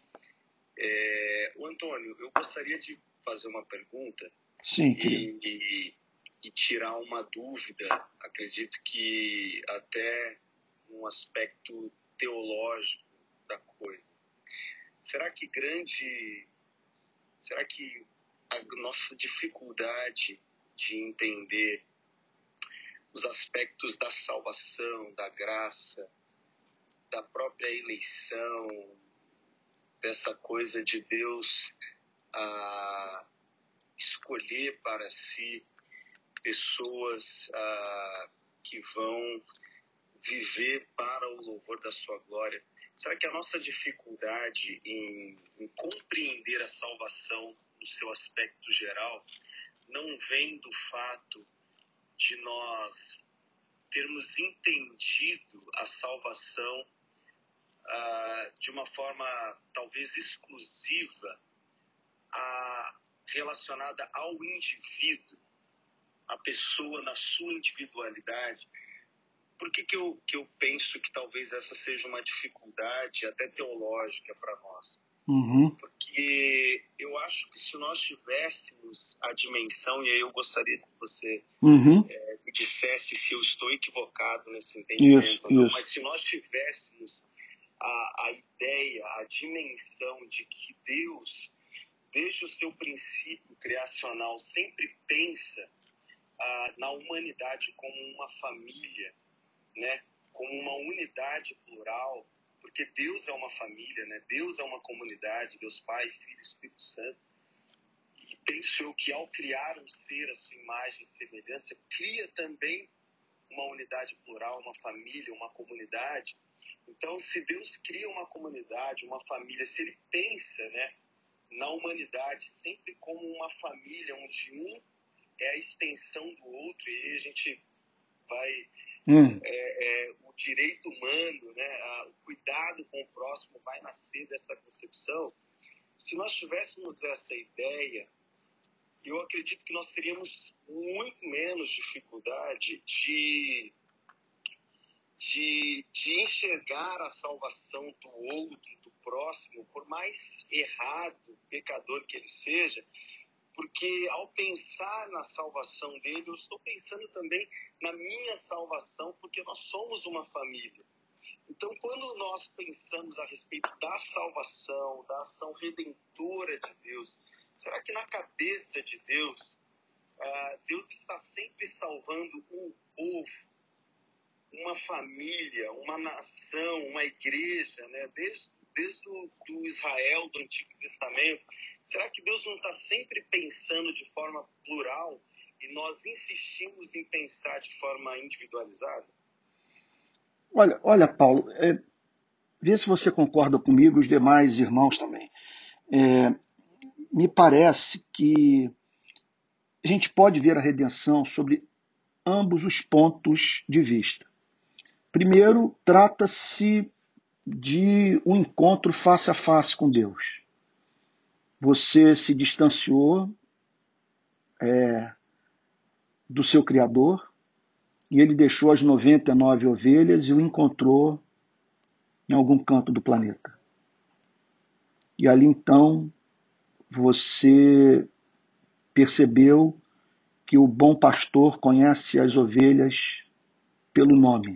É, o Antônio, eu gostaria de fazer uma pergunta. Sim, e, e, e tirar uma dúvida, acredito que até um aspecto teológico da coisa. Será que grande, será que a nossa dificuldade de entender os aspectos da salvação, da graça, da própria eleição, dessa coisa de Deus a escolher para si pessoas ah, que vão viver para o louvor da sua glória. Será que a nossa dificuldade em, em compreender a salvação no seu aspecto geral não vem do fato de nós termos entendido a salvação ah, de uma forma talvez exclusiva, a, relacionada ao indivíduo, a pessoa na sua individualidade? Por que que eu, que eu penso que talvez essa seja uma dificuldade até teológica para nós? Uhum. Porque eu acho que se nós tivéssemos a dimensão, e aí eu gostaria que você Uhum. é, me dissesse se eu estou equivocado nesse entendimento, isso, ou não, isso. mas se nós tivéssemos a, a ideia, a dimensão de que Deus, desde o seu princípio criacional, sempre pensa ah, na humanidade como uma família, né? Como uma unidade plural, porque Deus é uma família, né? Deus é uma comunidade, Deus Pai, Filho e Espírito Santo. E penso eu que ao criar um ser, a sua imagem e semelhança, cria também uma unidade plural, uma família, uma comunidade. Então, se Deus cria uma comunidade, uma família, se Ele pensa, né, na humanidade sempre como uma família, onde um é a extensão do outro, e aí a gente vai... Hum. É, é, o direito humano, né, a, o cuidado com o próximo vai nascer dessa concepção. Se nós tivéssemos essa ideia, eu acredito que nós teríamos muito menos dificuldade de, de, de enxergar a salvação do outro, do próximo, por mais errado, pecador que ele seja, porque ao pensar na salvação dele, eu estou pensando também na minha salvação, porque nós somos uma família. Então, quando nós pensamos a respeito da salvação, da ação redentora de Deus, será que na cabeça de Deus, uh, Deus está sempre salvando um povo, uma família, uma nação, uma igreja, né? Desde, desde o do Israel, do Antigo Testamento? Será que Deus não está sempre pensando de forma plural e nós insistimos em pensar de forma individualizada? Olha, olha Paulo, é, vê se você concorda comigo, os demais irmãos também. É, me parece que a gente pode ver a redenção sobre ambos os pontos de vista. Primeiro, trata-se de um encontro face a face com Deus. Você se distanciou é, do seu Criador e ele deixou as noventa e nove ovelhas e o encontrou em algum canto do planeta. E ali então você percebeu que o bom pastor conhece as ovelhas pelo nome,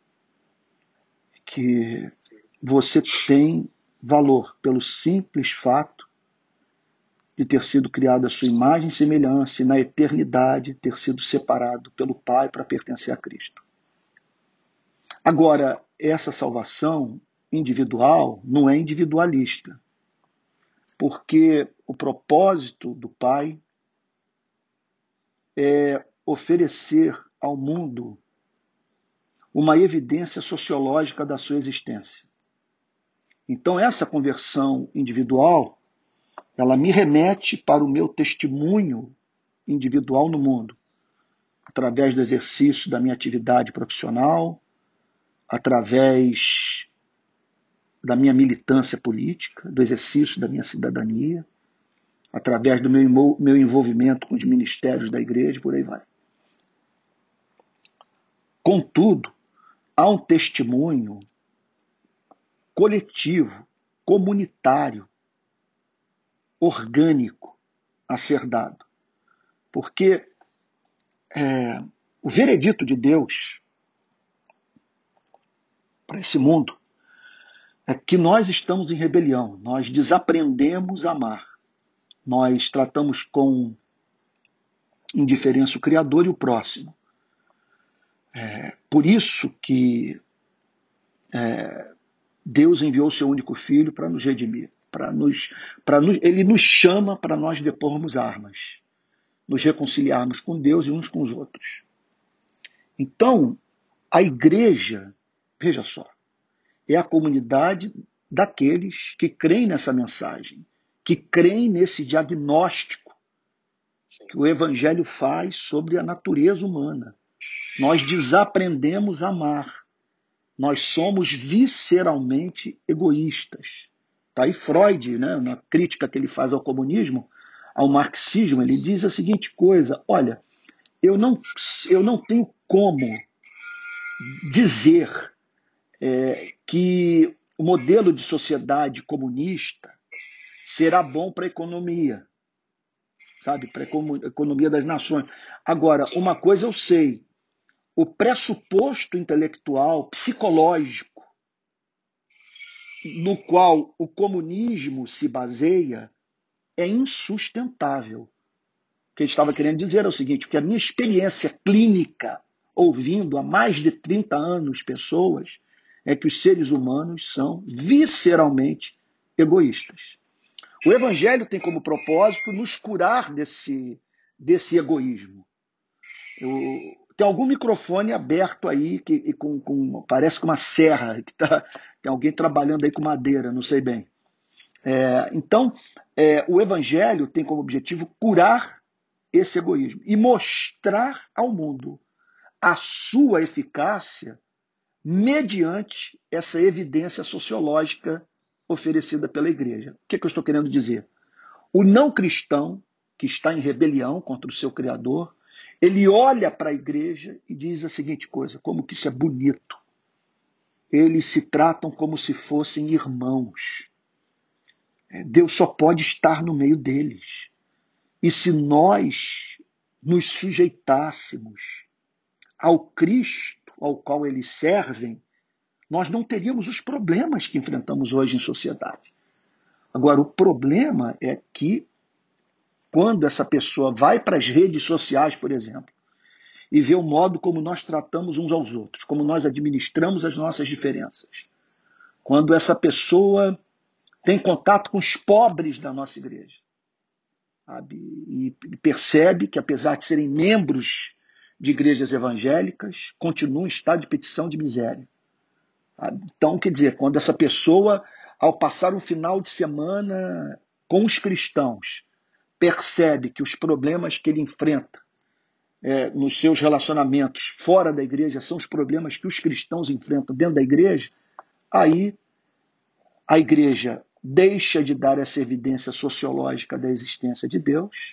que você tem valor pelo simples fato de ter sido criado à sua imagem e semelhança e na eternidade ter sido separado pelo Pai para pertencer a Cristo. Agora, essa salvação individual não é individualista, porque o propósito do Pai é oferecer ao mundo uma evidência sociológica da sua existência. Então, essa conversão individual, ela me remete para o meu testemunho individual no mundo, através do exercício da minha atividade profissional, através da minha militância política, do exercício da minha cidadania, através do meu, meu envolvimento com os ministérios da igreja, por aí vai. Contudo, há um testemunho coletivo, comunitário, orgânico a ser dado. Porque é, o veredito de Deus para esse mundo é que nós estamos em rebelião, nós desaprendemos a amar, nós tratamos com indiferença o Criador e o próximo. É, por isso que é, Deus enviou o seu único Filho para nos redimir. Para nos, para nos, ele nos chama para nós depormos armas, nos reconciliarmos com Deus e uns com os outros. Então, a igreja, veja só, é a comunidade daqueles que creem nessa mensagem, que creem nesse diagnóstico que o Evangelho faz sobre a natureza humana. Nós desaprendemos a amar. Nós somos visceralmente egoístas. Tá aí Freud, né, na crítica que ele faz ao comunismo, ao marxismo, ele diz a seguinte coisa: olha, eu não, eu não tenho como dizer é, que o modelo de sociedade comunista será bom para a economia, sabe, para a economia das nações. Agora, uma coisa eu sei, o pressuposto intelectual, psicológico, no qual o comunismo se baseia é insustentável. O que ele estava querendo dizer é o seguinte, que a minha experiência clínica, ouvindo há mais de trinta anos pessoas, é que os seres humanos são visceralmente egoístas. O Evangelho tem como propósito nos curar desse, desse egoísmo. Eu, tem algum microfone aberto aí, que, que com, com, parece com uma serra, que tá, tem alguém trabalhando aí com madeira, não sei bem. É, então, é, o Evangelho tem como objetivo curar esse egoísmo e mostrar ao mundo a sua eficácia mediante essa evidência sociológica oferecida pela igreja. O que, é que eu estou querendo dizer? O não cristão, que está em rebelião contra o seu Criador, ele olha para a igreja e diz a seguinte coisa, como que isso é bonito. Eles se tratam como se fossem irmãos. Deus só pode estar no meio deles. E se nós nos sujeitássemos ao Cristo ao qual eles servem, nós não teríamos os problemas que enfrentamos hoje em sociedade. Agora, o problema é que quando essa pessoa vai para as redes sociais, por exemplo, e vê o modo como nós tratamos uns aos outros, como nós administramos as nossas diferenças, quando essa pessoa tem contato com os pobres da nossa igreja, sabe? E percebe que, apesar de serem membros de igrejas evangélicas, continuam em estado de petição de miséria. Sabe? Então, quer dizer, quando essa pessoa, ao passar um final de semana com os cristãos, percebe que os problemas que ele enfrenta é, nos seus relacionamentos fora da igreja são os problemas que os cristãos enfrentam dentro da igreja, aí a igreja deixa de dar essa evidência sociológica da existência de Deus,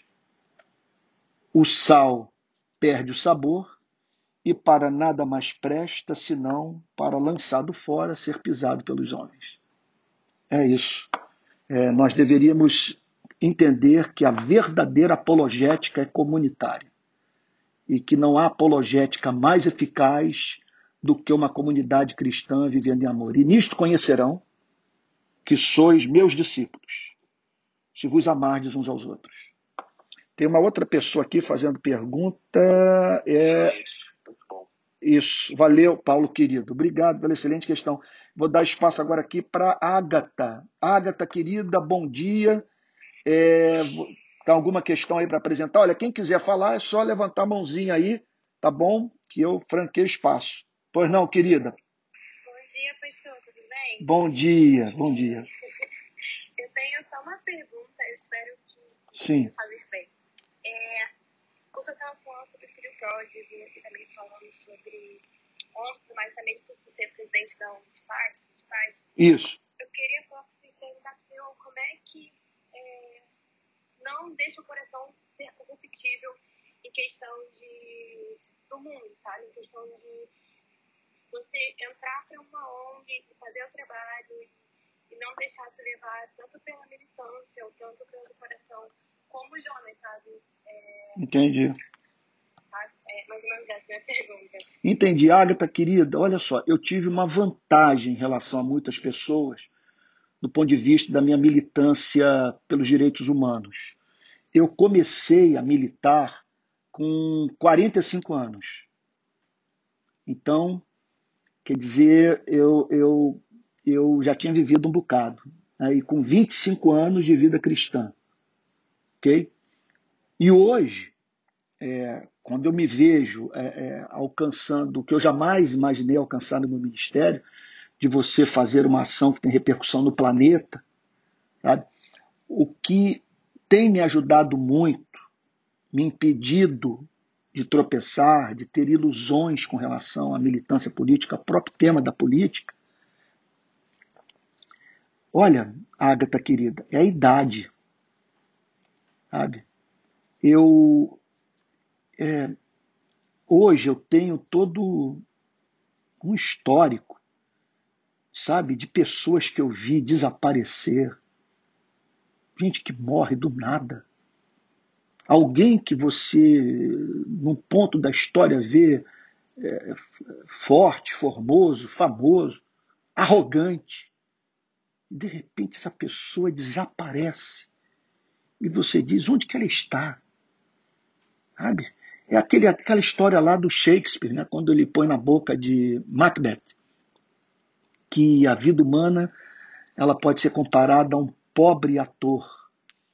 o sal perde o sabor e para nada mais presta senão para, lançado fora, ser pisado pelos homens. É isso. É, nós deveríamos entender que a verdadeira apologética é comunitária e que não há apologética mais eficaz do que uma comunidade cristã vivendo em amor. E nisto conhecerão que sois meus discípulos, se vos amardes uns aos outros. Tem uma outra pessoa aqui fazendo pergunta. É... Isso, valeu, Paulo querido. Obrigado pela excelente questão. Vou dar espaço agora aqui para a Ágata. Ágata, querida, bom dia. É... Tem alguma questão aí para apresentar? Olha, quem quiser falar é só levantar a mãozinha aí, tá bom? Que eu franqueio espaço. Pois não, querida? Bom dia, pastor, tudo bem? Bom dia, bom dia. Eu tenho só uma pergunta, eu espero que Sim. você fale bem. É, o senhor estava falando sobre o filho pródigo e também falando sobre ontem, mas também por ser presidente da União de Paz. De paz. Isso. Eu queria perguntar para o senhor como é que é, não deixa o coração ser corruptível em questão de, do mundo, sabe? Em questão de você entrar para uma O N G e fazer o trabalho e, e não deixar se levar tanto pela militância ou tanto pelo coração como os homens, sabe? É, Entendi. sabe? É mais ou menos essa é a minha pergunta. Entendi. Ágata, querida, olha só, eu tive uma vantagem em relação a muitas pessoas do ponto de vista da minha militância pelos direitos humanos. Eu comecei a militar com quarenta e cinco anos. Então, quer dizer, eu, eu, eu já tinha vivido um bocado. Aí, com vinte e cinco anos de vida cristã. Ok? E hoje, é, quando eu me vejo é, é, alcançando o que eu jamais imaginei alcançar no meu ministério, de você fazer uma ação que tem repercussão no planeta, sabe? O que tem me ajudado muito, me impedido de tropeçar, de ter ilusões com relação à militância política, próprio tema da política, olha, Ágata querida, é a idade, sabe? Eu, é, hoje eu tenho todo um histórico, sabe, de pessoas que eu vi desaparecer, gente que morre do nada, alguém que você, num ponto da história, vê é, forte, formoso, famoso, arrogante, e de repente essa pessoa desaparece. E você diz, onde que ela está? Sabe? É aquele, aquela história lá do Shakespeare, né? Quando ele põe na boca de Macbeth, que a vida humana ela pode ser comparada a um pobre ator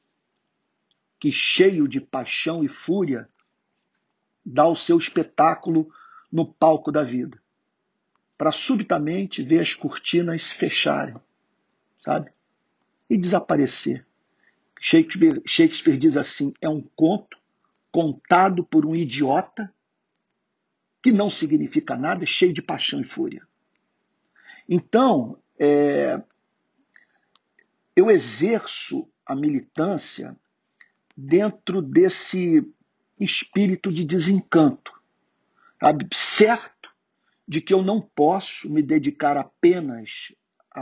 que, cheio de paixão e fúria, dá o seu espetáculo no palco da vida, para subitamente ver as cortinas se fecharem, sabe? E desaparecer. Shakespeare, Shakespeare diz assim, é um conto contado por um idiota que não significa nada, cheio de paixão e fúria. Então, é, eu exerço a militância dentro desse espírito de desencanto, sabe? Certo de que eu não posso me dedicar apenas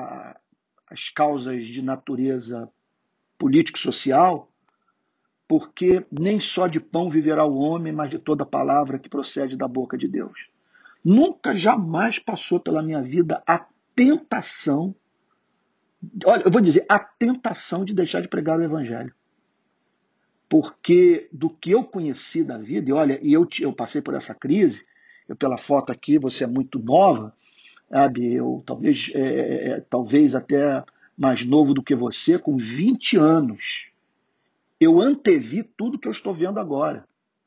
às causas de natureza político-social, porque nem só de pão viverá o homem, mas de toda palavra que procede da boca de Deus. Nunca, jamais passou pela minha vida a tentação, olha, eu vou dizer, a tentação de deixar de pregar o evangelho. Porque do que eu conheci da vida, e olha, e eu, eu passei por essa crise, eu pela foto aqui, você é muito nova, sabe? Eu talvez, é, é, talvez até mais novo do que você, com vinte anos. Eu antevi tudo que eu estou vendo agora.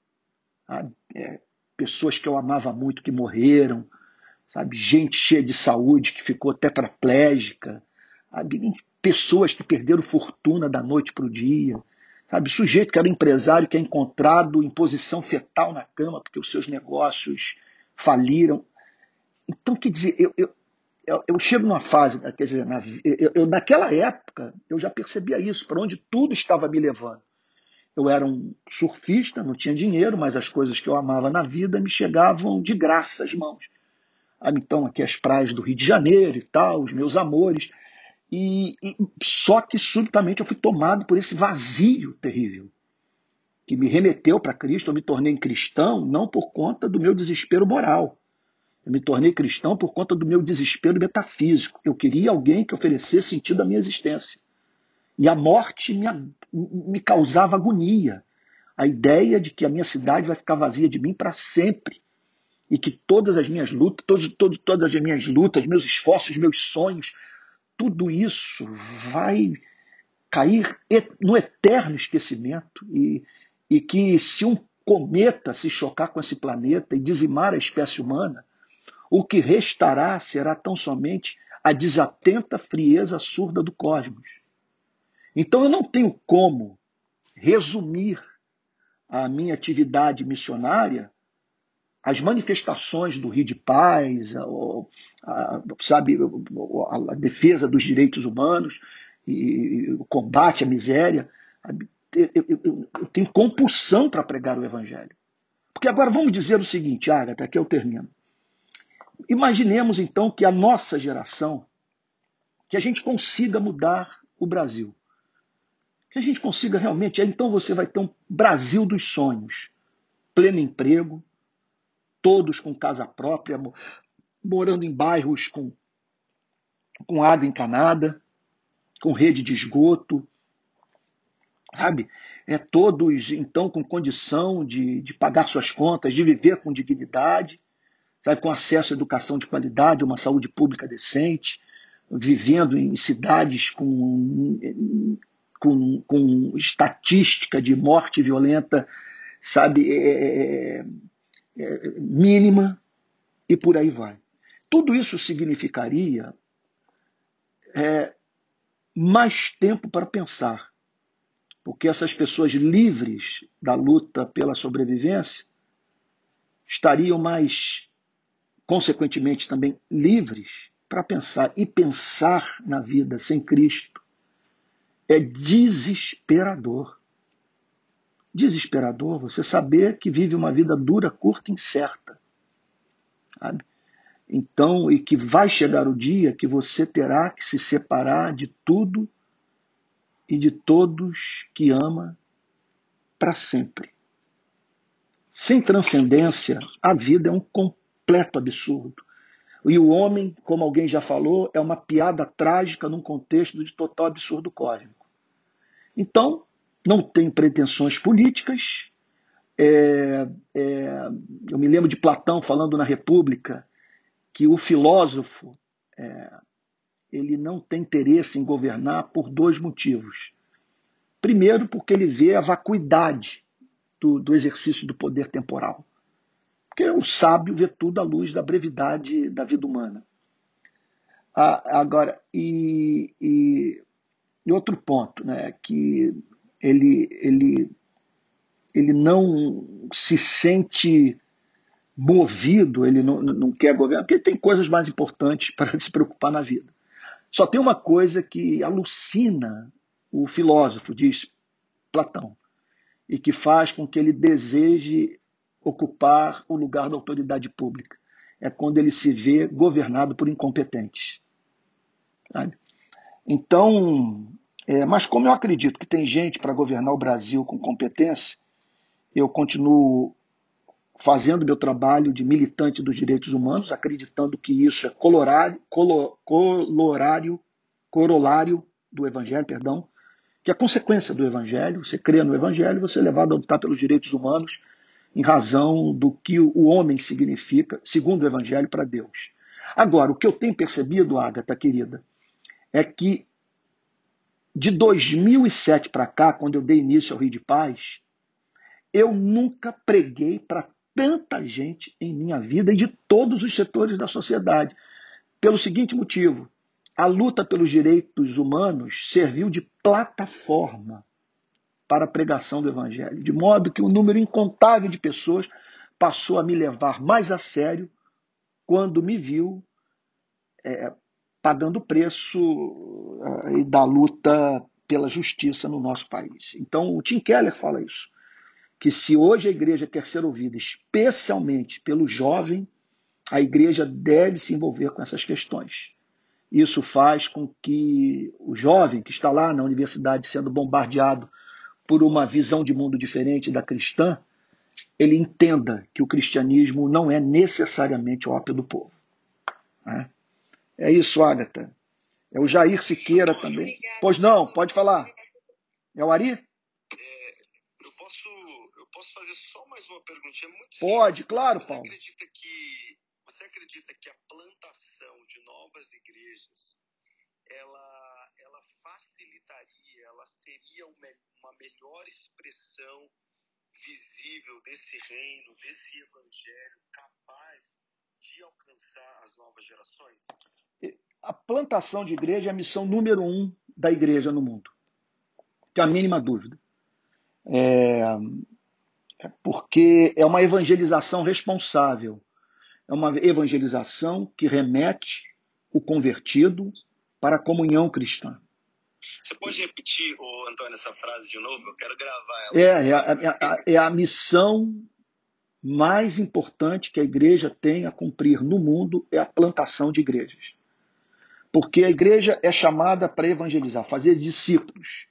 Sabe? É, pessoas que eu amava muito que morreram, sabe? Gente cheia de saúde que ficou tetraplégica, sabe? Pessoas que perderam fortuna da noite para o dia. Sabe, sujeito que era empresário que é encontrado em posição fetal na cama porque os seus negócios faliram. Então, quer dizer, eu, eu, eu, eu chego numa fase, quer dizer, na, eu, eu, naquela época, eu já percebia isso, para onde tudo estava me levando. Eu era um surfista, não tinha dinheiro, mas as coisas que eu amava na vida me chegavam de graça às mãos. Então, aqui as praias do Rio de Janeiro e tal, os meus amores. E, e só que subitamente eu fui tomado por esse vazio terrível que me remeteu para Cristo. Eu me tornei cristão não por conta do meu desespero moral. Eu me tornei cristão por conta do meu desespero metafísico. Eu queria alguém que oferecesse sentido à minha existência. E a morte me, me causava agonia. A ideia de que a minha cidade vai ficar vazia de mim para sempre. E que todas as minhas lutas, todos, todos, todas as minhas lutas, meus esforços, meus sonhos, tudo isso vai cair no eterno esquecimento e, e que se um cometa se chocar com esse planeta e dizimar a espécie humana, o que restará será tão somente a desatenta frieza surda do cosmos. Então eu não tenho como resumir a minha atividade missionária as manifestações do Rio de Paz, a, a, sabe, a, a defesa dos direitos humanos, e o combate à miséria. Eu, eu, eu, eu tenho compulsão para pregar o evangelho. Porque agora vamos dizer o seguinte, Agatha, aqui eu termino. Imaginemos então que a nossa geração, que a gente consiga mudar o Brasil. Que a gente consiga realmente, então você vai ter um Brasil dos sonhos, pleno emprego, todos com casa própria, morando em bairros com, com água encanada, com rede de esgoto, sabe? É, todos, então, com condição de, de pagar suas contas, de viver com dignidade, sabe? Com acesso à educação de qualidade, uma saúde pública decente, vivendo em cidades com, com, com estatística de morte violenta, sabe, é, é, mínima, e por aí vai. Tudo isso significaria é, mais tempo para pensar, porque essas pessoas livres da luta pela sobrevivência estariam mais, consequentemente, também livres para pensar. E pensar na vida sem Cristo é desesperador. Desesperador você saber que vive uma vida dura, curta e incerta. Sabe? Então, e que vai chegar o dia que você terá que se separar de tudo e de todos que ama para sempre. Sem transcendência, a vida é um completo absurdo. E o homem, como alguém já falou, é uma piada trágica num contexto de total absurdo cósmico. Então, não tem pretensões políticas. É, é, eu me lembro de Platão falando na República que o filósofo é, ele não tem interesse em governar por dois motivos. Primeiro, porque ele vê a vacuidade do, do exercício do poder temporal. Porque o sábio vê tudo à luz da brevidade da vida humana. Ah, agora, e, e, e outro ponto, né, que ele, ele, ele não se sente movido, ele não, não quer governar, porque ele tem coisas mais importantes para se preocupar na vida. Só tem uma coisa que alucina o filósofo, diz Platão, e que faz com que ele deseje ocupar o lugar da autoridade pública. É quando ele se vê governado por incompetentes. Sabe? Então, é, mas como eu acredito que tem gente para governar o Brasil com competência, eu continuo fazendo meu trabalho de militante dos direitos humanos, acreditando que isso é colorário, colo, colorário, corolário do Evangelho, perdão, que é consequência do Evangelho. Você crê no Evangelho, você é levado a lutar pelos direitos humanos em razão do que o homem significa, segundo o Evangelho, para Deus. Agora, o que eu tenho percebido, Ágata, querida, é que de dois mil e sete para cá, quando eu dei início ao Rio de Paz, eu nunca preguei para tanta gente em minha vida e de todos os setores da sociedade. Pelo seguinte motivo, a luta pelos direitos humanos serviu de plataforma para a pregação do Evangelho, de modo que um número incontável de pessoas passou a me levar mais a sério quando me viu é, pagando o preço é, da luta pela justiça no nosso país. Então, o Tim Keller fala isso, que se hoje a igreja quer ser ouvida, especialmente pelo jovem, a igreja deve se envolver com essas questões. Isso faz com que o jovem que está lá na universidade sendo bombardeado por uma visão de mundo diferente da cristã, ele entenda que o cristianismo não é necessariamente o ópio do povo. É isso, Ágata. É o Jair Siqueira também. Pois não, pode falar. É o Ari? É, eu, posso, eu posso fazer só mais uma perguntinha? Muito pode, simples. claro, Você Paulo. Acredita que, você acredita que a plantação de novas igrejas ela, ela facilitaria, ela seria uma melhor expressão visível desse reino, desse evangelho capaz de alcançar as novas gerações? A plantação de igreja é a missão número um da igreja no mundo. Não tem a mínima dúvida. É, porque é uma evangelização responsável. É uma evangelização que remete o convertido para a comunhão cristã. Você pode repetir, oh, Antônio, essa frase de novo? Eu quero gravar ela. É, é, a, é a missão mais importante que a igreja tem a cumprir no mundo, é a plantação de igrejas. Porque a igreja é chamada para evangelizar, fazer discípulos.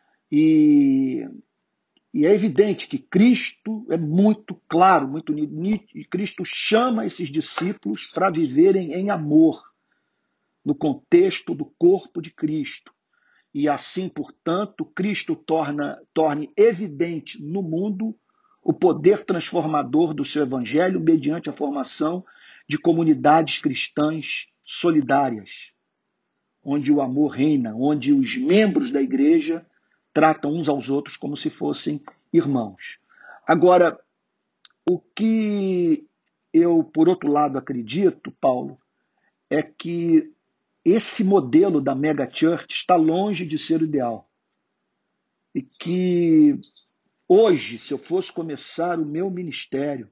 E, e é evidente que Cristo é muito claro, muito nítido, Cristo chama esses discípulos para viverem em amor, no contexto do corpo de Cristo. E assim, portanto, Cristo torna, torne evidente no mundo o poder transformador do seu evangelho mediante a formação de comunidades cristãs solidárias, onde o amor reina, onde os membros da igreja tratam uns aos outros como se fossem irmãos. Agora, o que eu, por outro lado, acredito, Paulo, é que esse modelo da mega church está longe de ser o ideal. E que hoje, se eu fosse começar o meu ministério,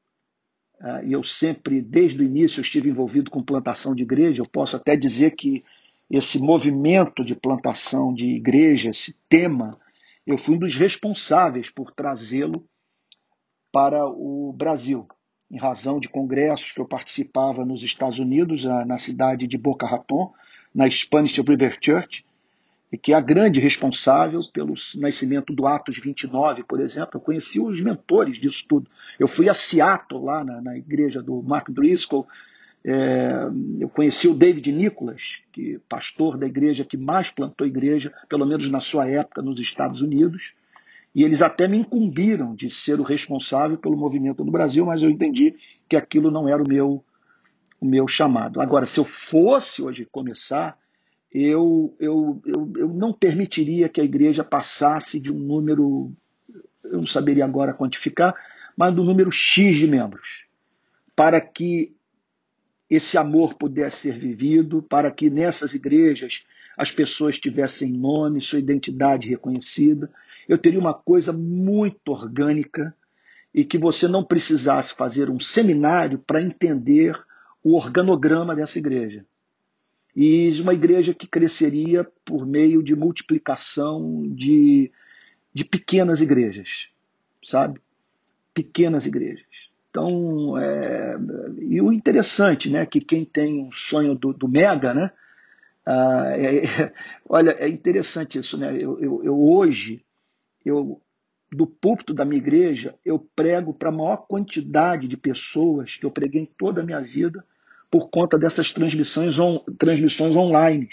e eu sempre, desde o início, eu estive envolvido com plantação de igreja, eu posso até dizer que esse movimento de plantação de igreja, esse tema, eu fui um dos responsáveis por trazê-lo para o Brasil, em razão de congressos que eu participava nos Estados Unidos, na cidade de Boca Raton, na Spanish River Church, e que é a grande responsável pelo nascimento do Atos vinte e nove, por exemplo. Eu conheci os mentores disso tudo. Eu fui a Seattle, lá na, na igreja do Mark Driscoll, É, eu conheci o David Nicholas, que pastor da igreja que mais plantou igreja, pelo menos na sua época, nos Estados Unidos, e eles até me incumbiram de ser o responsável pelo movimento no Brasil, mas eu entendi que aquilo não era o meu, o meu chamado. Agora, se eu fosse hoje começar, eu, eu, eu, eu não permitiria que a igreja passasse de um número, eu não saberia agora quantificar, mas do número X de membros, para que esse amor pudesse ser vivido, para que nessas igrejas as pessoas tivessem nome, sua identidade reconhecida. Eu teria uma coisa muito orgânica e que você não precisasse fazer um seminário para entender o organograma dessa igreja. E uma igreja que cresceria por meio de multiplicação de, de pequenas igrejas, sabe? Pequenas igrejas. Então, é, e o interessante, né, que quem tem um sonho do, do mega, né, ah, é, é, olha, é interessante isso, né, eu, eu, eu hoje, eu, do púlpito da minha igreja, eu prego para a maior quantidade de pessoas que eu preguei em toda a minha vida por conta dessas transmissões, on, transmissões online.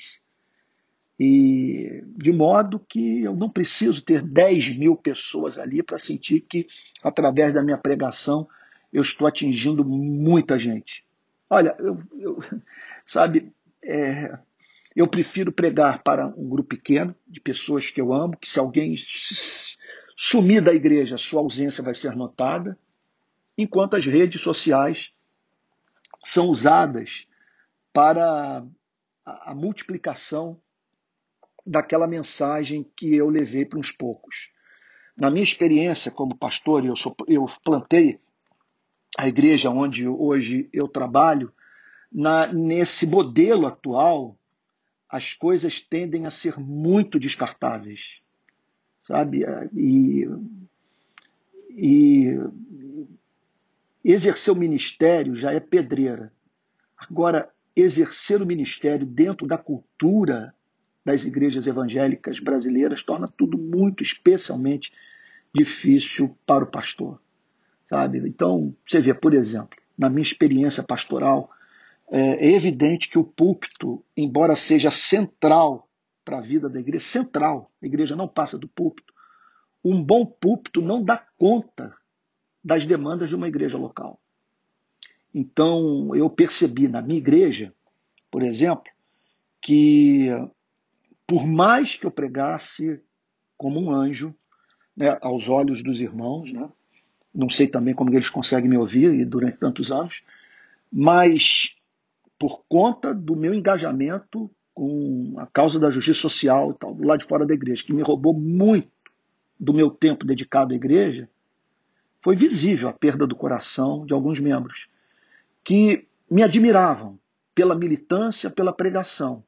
E de modo que eu não preciso ter dez mil pessoas ali para sentir que, através da minha pregação, eu estou atingindo muita gente. Olha, eu, eu, sabe, é, eu prefiro pregar para um grupo pequeno, de pessoas que eu amo, que se alguém sumir da igreja, sua ausência vai ser notada, enquanto as redes sociais são usadas para a, a multiplicação daquela mensagem que eu levei para uns poucos. Na minha experiência como pastor, eu, sou, eu plantei a igreja onde hoje eu trabalho, na, nesse modelo atual, as coisas tendem a ser muito descartáveis, sabe? E, e exercer o ministério já é pedreira. Agora, exercer o ministério dentro da cultura das igrejas evangélicas brasileiras torna tudo muito especialmente difícil para o pastor, sabe? Então, você vê, por exemplo, na minha experiência pastoral, é evidente que o púlpito, embora seja central para a vida da igreja, central, a igreja não passa do púlpito, um bom púlpito não dá conta das demandas de uma igreja local. Então, eu percebi na minha igreja, por exemplo, que por mais que eu pregasse como um anjo, né, aos olhos dos irmãos, né, não sei também como eles conseguem me ouvir e durante tantos anos, mas por conta do meu engajamento com a causa da justiça social e tal, do lado de fora da igreja, que me roubou muito do meu tempo dedicado à igreja, foi visível a perda do coração de alguns membros que me admiravam pela militância, pela pregação.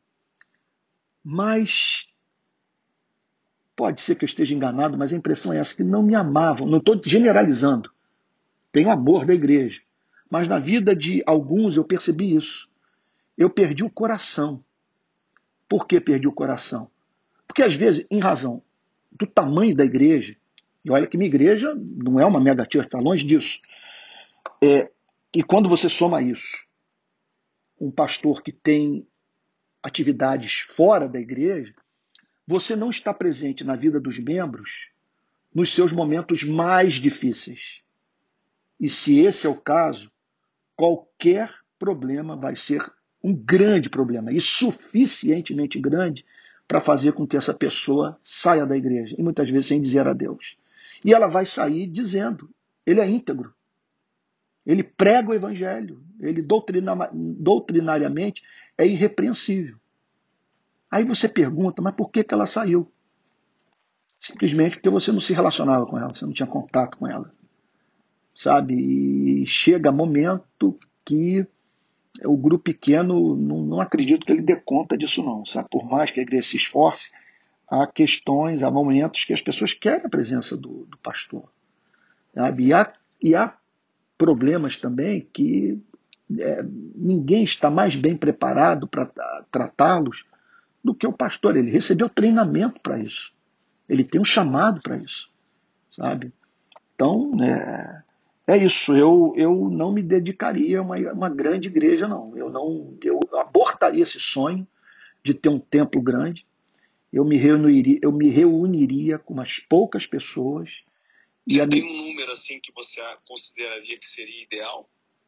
Mas pode ser que eu esteja enganado, mas a impressão é essa, que não me amavam. Não estou generalizando. Tenho amor da igreja. Mas na vida de alguns eu percebi isso. Eu perdi o coração. Por que perdi o coração? Porque às vezes, em razão do tamanho da igreja, e olha que minha igreja não é uma mega church, está longe disso. É, e quando você soma isso, um pastor que tem atividades fora da igreja, você não está presente na vida dos membros nos seus momentos mais difíceis. E se esse é o caso, qualquer problema vai ser um grande problema, e suficientemente grande para fazer com que essa pessoa saia da igreja, e muitas vezes sem dizer adeus. E ela vai sair dizendo, ele é íntegro, ele prega o evangelho, ele doutrina, doutrinariamente é irrepreensível. Aí você pergunta, mas por que, que ela saiu? Simplesmente porque você não se relacionava com ela, você não tinha contato com ela. Sabe? E chega momento que o grupo pequeno, não, não acredito que ele dê conta disso não. Sabe? Por mais que a igreja se esforce, há questões, há momentos que as pessoas querem a presença do, do pastor. Sabe? E, há, e há problemas também que é, ninguém está mais bem preparado para tratá-los do que o pastor. Ele recebeu treinamento para isso. Ele tem um chamado para isso, sabe? Então, é, é isso, eu, eu não me dedicaria a uma, uma grande igreja, não. Eu não, eu abortaria esse sonho de ter um templo grande. Eu me reuniria, eu me reuniria com umas poucas pessoas. Você tem um número assim que você consideraria que seria ideal?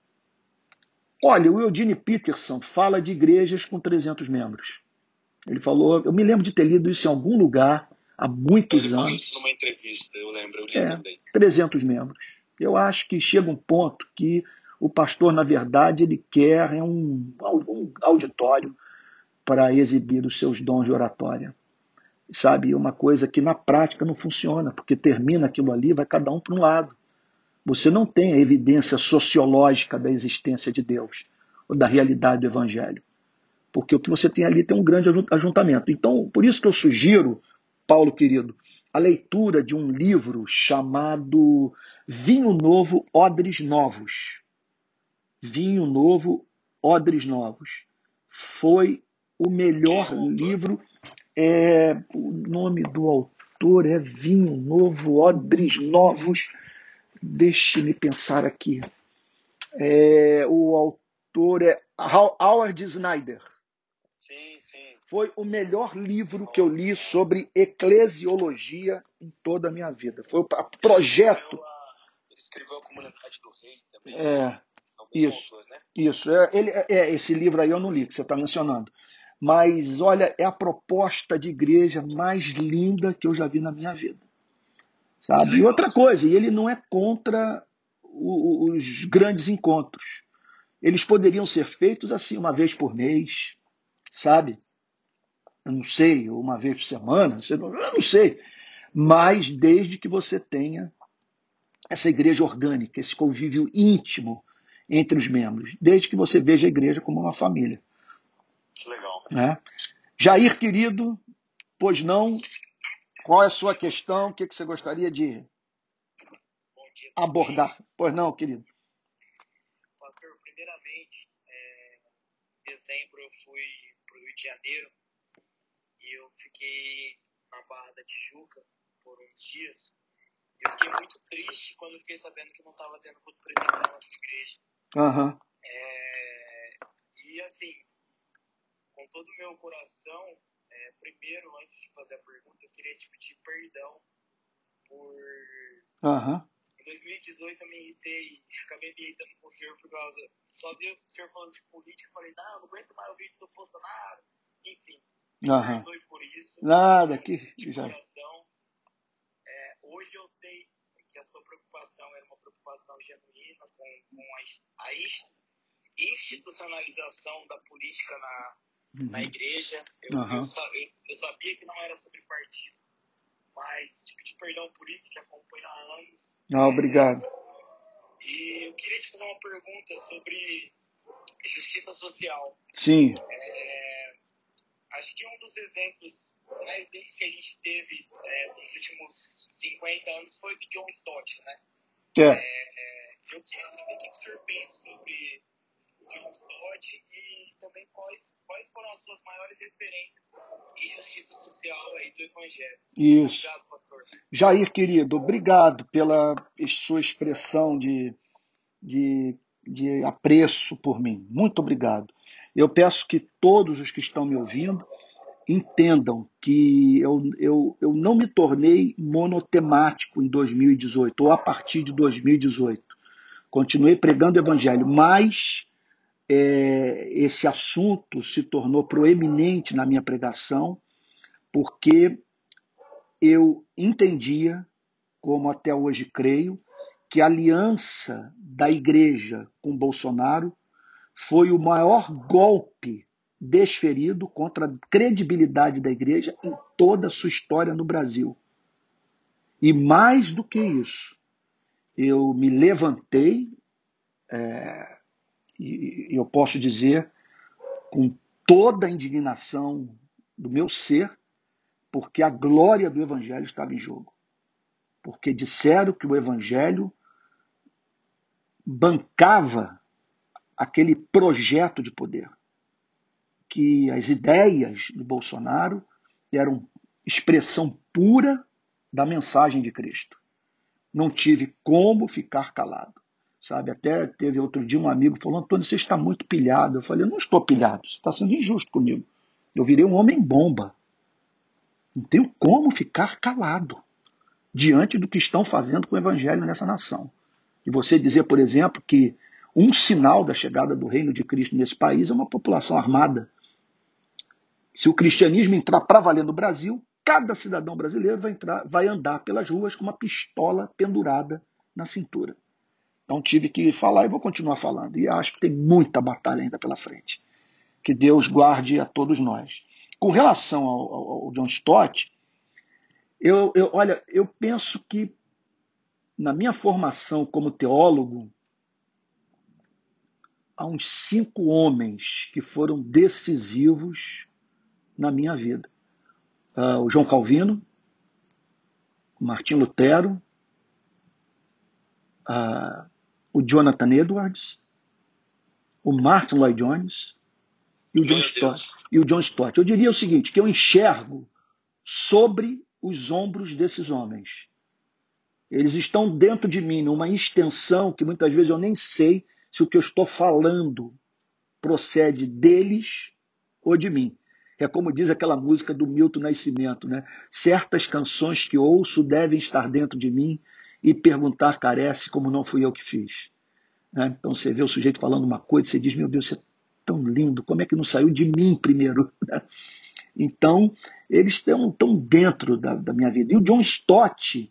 Olha, o Eugene Peterson fala de igrejas com trezentos membros. Ele falou, eu me lembro de ter lido isso em algum lugar há muitos Ele falou anos. isso numa entrevista, eu lembro, eu li É, também. trezentos membros. Eu acho que chega um ponto que o pastor, na verdade, ele quer é um, um auditório para exibir os seus dons de oratória. Sabe, uma coisa que na prática não funciona, porque termina aquilo ali, vai cada um para um lado. Você não tem a evidência sociológica da existência de Deus, ou da realidade do Evangelho. Porque o que você tem ali tem um grande ajuntamento. Então, por isso que eu sugiro, Paulo querido, a leitura de um livro chamado Vinho Novo, Odres Novos. Vinho Novo, Odres Novos. Foi o melhor livro. É, o nome do autor é Vinho Novo, Odres Novos. Deixe-me pensar aqui. É, o autor é Howard Snyder. Sim, sim. Foi o melhor livro que eu li sobre eclesiologia em toda a minha vida. Foi o projeto. Ele escreveu A Comunidade do Rei também. É, isso. Autor, né? Isso. É, ele, é, esse livro aí eu não li, que você está mencionando. Mas, olha, é a proposta de igreja mais linda que eu já vi na minha vida. Sabe? E outra coisa, ele não é contra o, os grandes encontros. Eles poderiam ser feitos assim, uma vez por mês, sabe? Eu não sei, uma vez por semana, eu não sei. Mas desde que você tenha essa igreja orgânica, esse convívio íntimo entre os membros, desde que você veja a igreja como uma família. Que legal. Né? Jair, querido, pois não, qual é a sua questão? O que você gostaria de abordar? Pois não, querido. Pastor, primeiramente, é, em dezembro eu fui para o Rio de Janeiro e eu fiquei na Barra da Tijuca por uns dias. Eu fiquei muito triste quando eu fiquei sabendo que não estava tendo culto presencial na sua igreja. Uhum. É, e assim, com todo o meu coração, é, primeiro, antes de fazer a pergunta, eu queria te pedir perdão por... Uhum. Em dois mil e dezoito eu me irritei, acabei me irritando com o senhor por causa... Só vi o senhor falando de política, eu falei, não, não aguento mais ouvir do Bolsonaro. Enfim, uhum. perdoe por isso. Nada, que de já... coração. É, hoje eu sei que a sua preocupação era uma preocupação genuína com, com a, a institucionalização da política na, uhum. na igreja. Eu, uhum. eu, eu, eu sabia que não era sobre partido, mas te pedi perdão por isso, que acompanho há anos. Ah, obrigado. E eu queria te fazer uma pergunta sobre justiça social. Sim. É, acho que um dos exemplos mais desde que a gente teve é, nos últimos cinquenta anos foi do John Stott, né? É. É, eu queria saber o que o senhor pensa sobre o John Stott e também quais, quais foram as suas maiores referências em justiça social aí do Evangelho. Isso. Obrigado, pastor. Jair, querido, obrigado pela sua expressão de, de, de apreço por mim. Muito obrigado. Eu peço que todos os que estão me ouvindo entendam que eu, eu, eu não me tornei monotemático em dois mil e dezoito, ou a partir de dois mil e dezoito. Continuei pregando o evangelho, mas é, esse assunto se tornou proeminente na minha pregação, porque eu entendia, como até hoje creio, que a aliança da igreja com Bolsonaro foi o maior golpe desferido contra a credibilidade da igreja em toda a sua história no Brasil. E mais do que isso, eu me levantei, é, e eu posso dizer, com toda a indignação do meu ser, porque a glória do Evangelho estava em jogo. Porque disseram que o Evangelho bancava aquele projeto de poder, que as ideias do Bolsonaro eram expressão pura da mensagem de Cristo. Não tive como ficar calado. sabe? Até teve outro dia um amigo falou, Antônio, você está muito pilhado. Eu falei, eu não estou pilhado, você está sendo injusto comigo. Eu virei um homem bomba. Não tenho como ficar calado diante do que estão fazendo com o evangelho nessa nação. E você dizer, por exemplo, que um sinal da chegada do reino de Cristo nesse país é uma população armada. Se o cristianismo entrar para valer no Brasil, cada cidadão brasileiro vai, entrar, vai andar pelas ruas com uma pistola pendurada na cintura. Então tive que falar e vou continuar falando. E acho que tem muita batalha ainda pela frente. Que Deus guarde a todos nós. Com relação ao, ao, ao John Stott, eu, eu, olha, eu penso que na minha formação como teólogo, há uns cinco homens que foram decisivos na minha vida. Uh, o João Calvino, o Martim Lutero, uh, o Jonathan Edwards, o Martin Lloyd Jones e o John Stott. E o John Stott. Eu diria o seguinte, que eu enxergo sobre os ombros desses homens. Eles estão dentro de mim, numa extensão que muitas vezes eu nem sei se o que eu estou falando procede deles ou de mim. É como diz aquela música do Milton Nascimento, né? Certas canções que ouço devem estar dentro de mim e perguntar carece como não fui eu que fiz. Né? Então você vê o sujeito falando uma coisa, você diz, meu Deus, você é tão lindo, como é que não saiu de mim primeiro? Então, eles estão, estão dentro da, da minha vida. E o John Stott,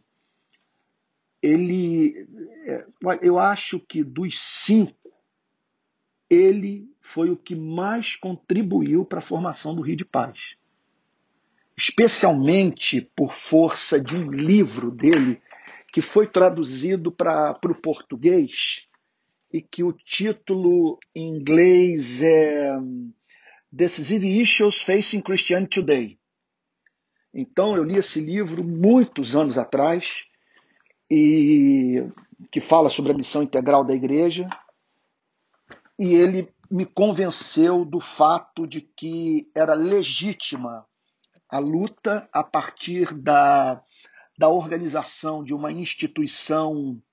ele, eu acho que dos cinco, ele foi o que mais contribuiu para a formação do Rio de Paz. Especialmente por força de um livro dele que foi traduzido para o português e que o título em inglês é Decisive Issues Facing Christianity Today. Então eu li esse livro muitos anos atrás, e que fala sobre a missão integral da igreja, e ele me convenceu do fato de que era legítima a luta a partir da, da organização de uma instituição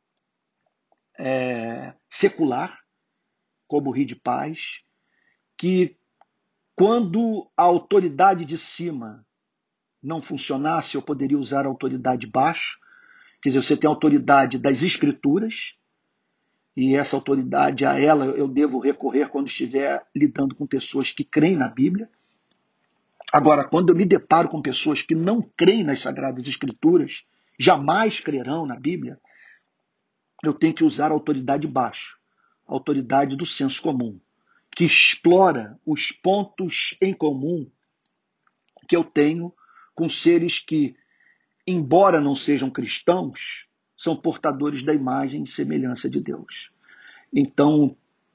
é, secular, como o Rio de Paz, que quando a autoridade de cima não funcionasse, eu poderia usar a autoridade de baixo. Quer dizer, você tem a autoridade das escrituras, e essa autoridade, a ela eu devo recorrer quando estiver lidando com pessoas que creem na Bíblia. Agora, quando eu me deparo com pessoas que não creem nas Sagradas Escrituras, jamais crerão na Bíblia, eu tenho que usar a autoridade de baixo, a autoridade do senso comum, que explora os pontos em comum que eu tenho com seres que, embora não sejam cristãos, são portadores da imagem e semelhança de Deus. Então,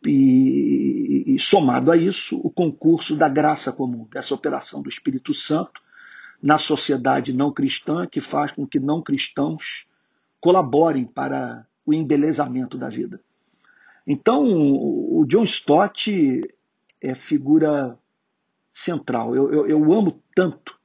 e, e somado a isso, o concurso da graça comum, dessa operação do Espírito Santo na sociedade não cristã, que faz com que não cristãos colaborem para o embelezamento da vida. Então, o John Stott é figura central. Eu, eu, eu amo tanto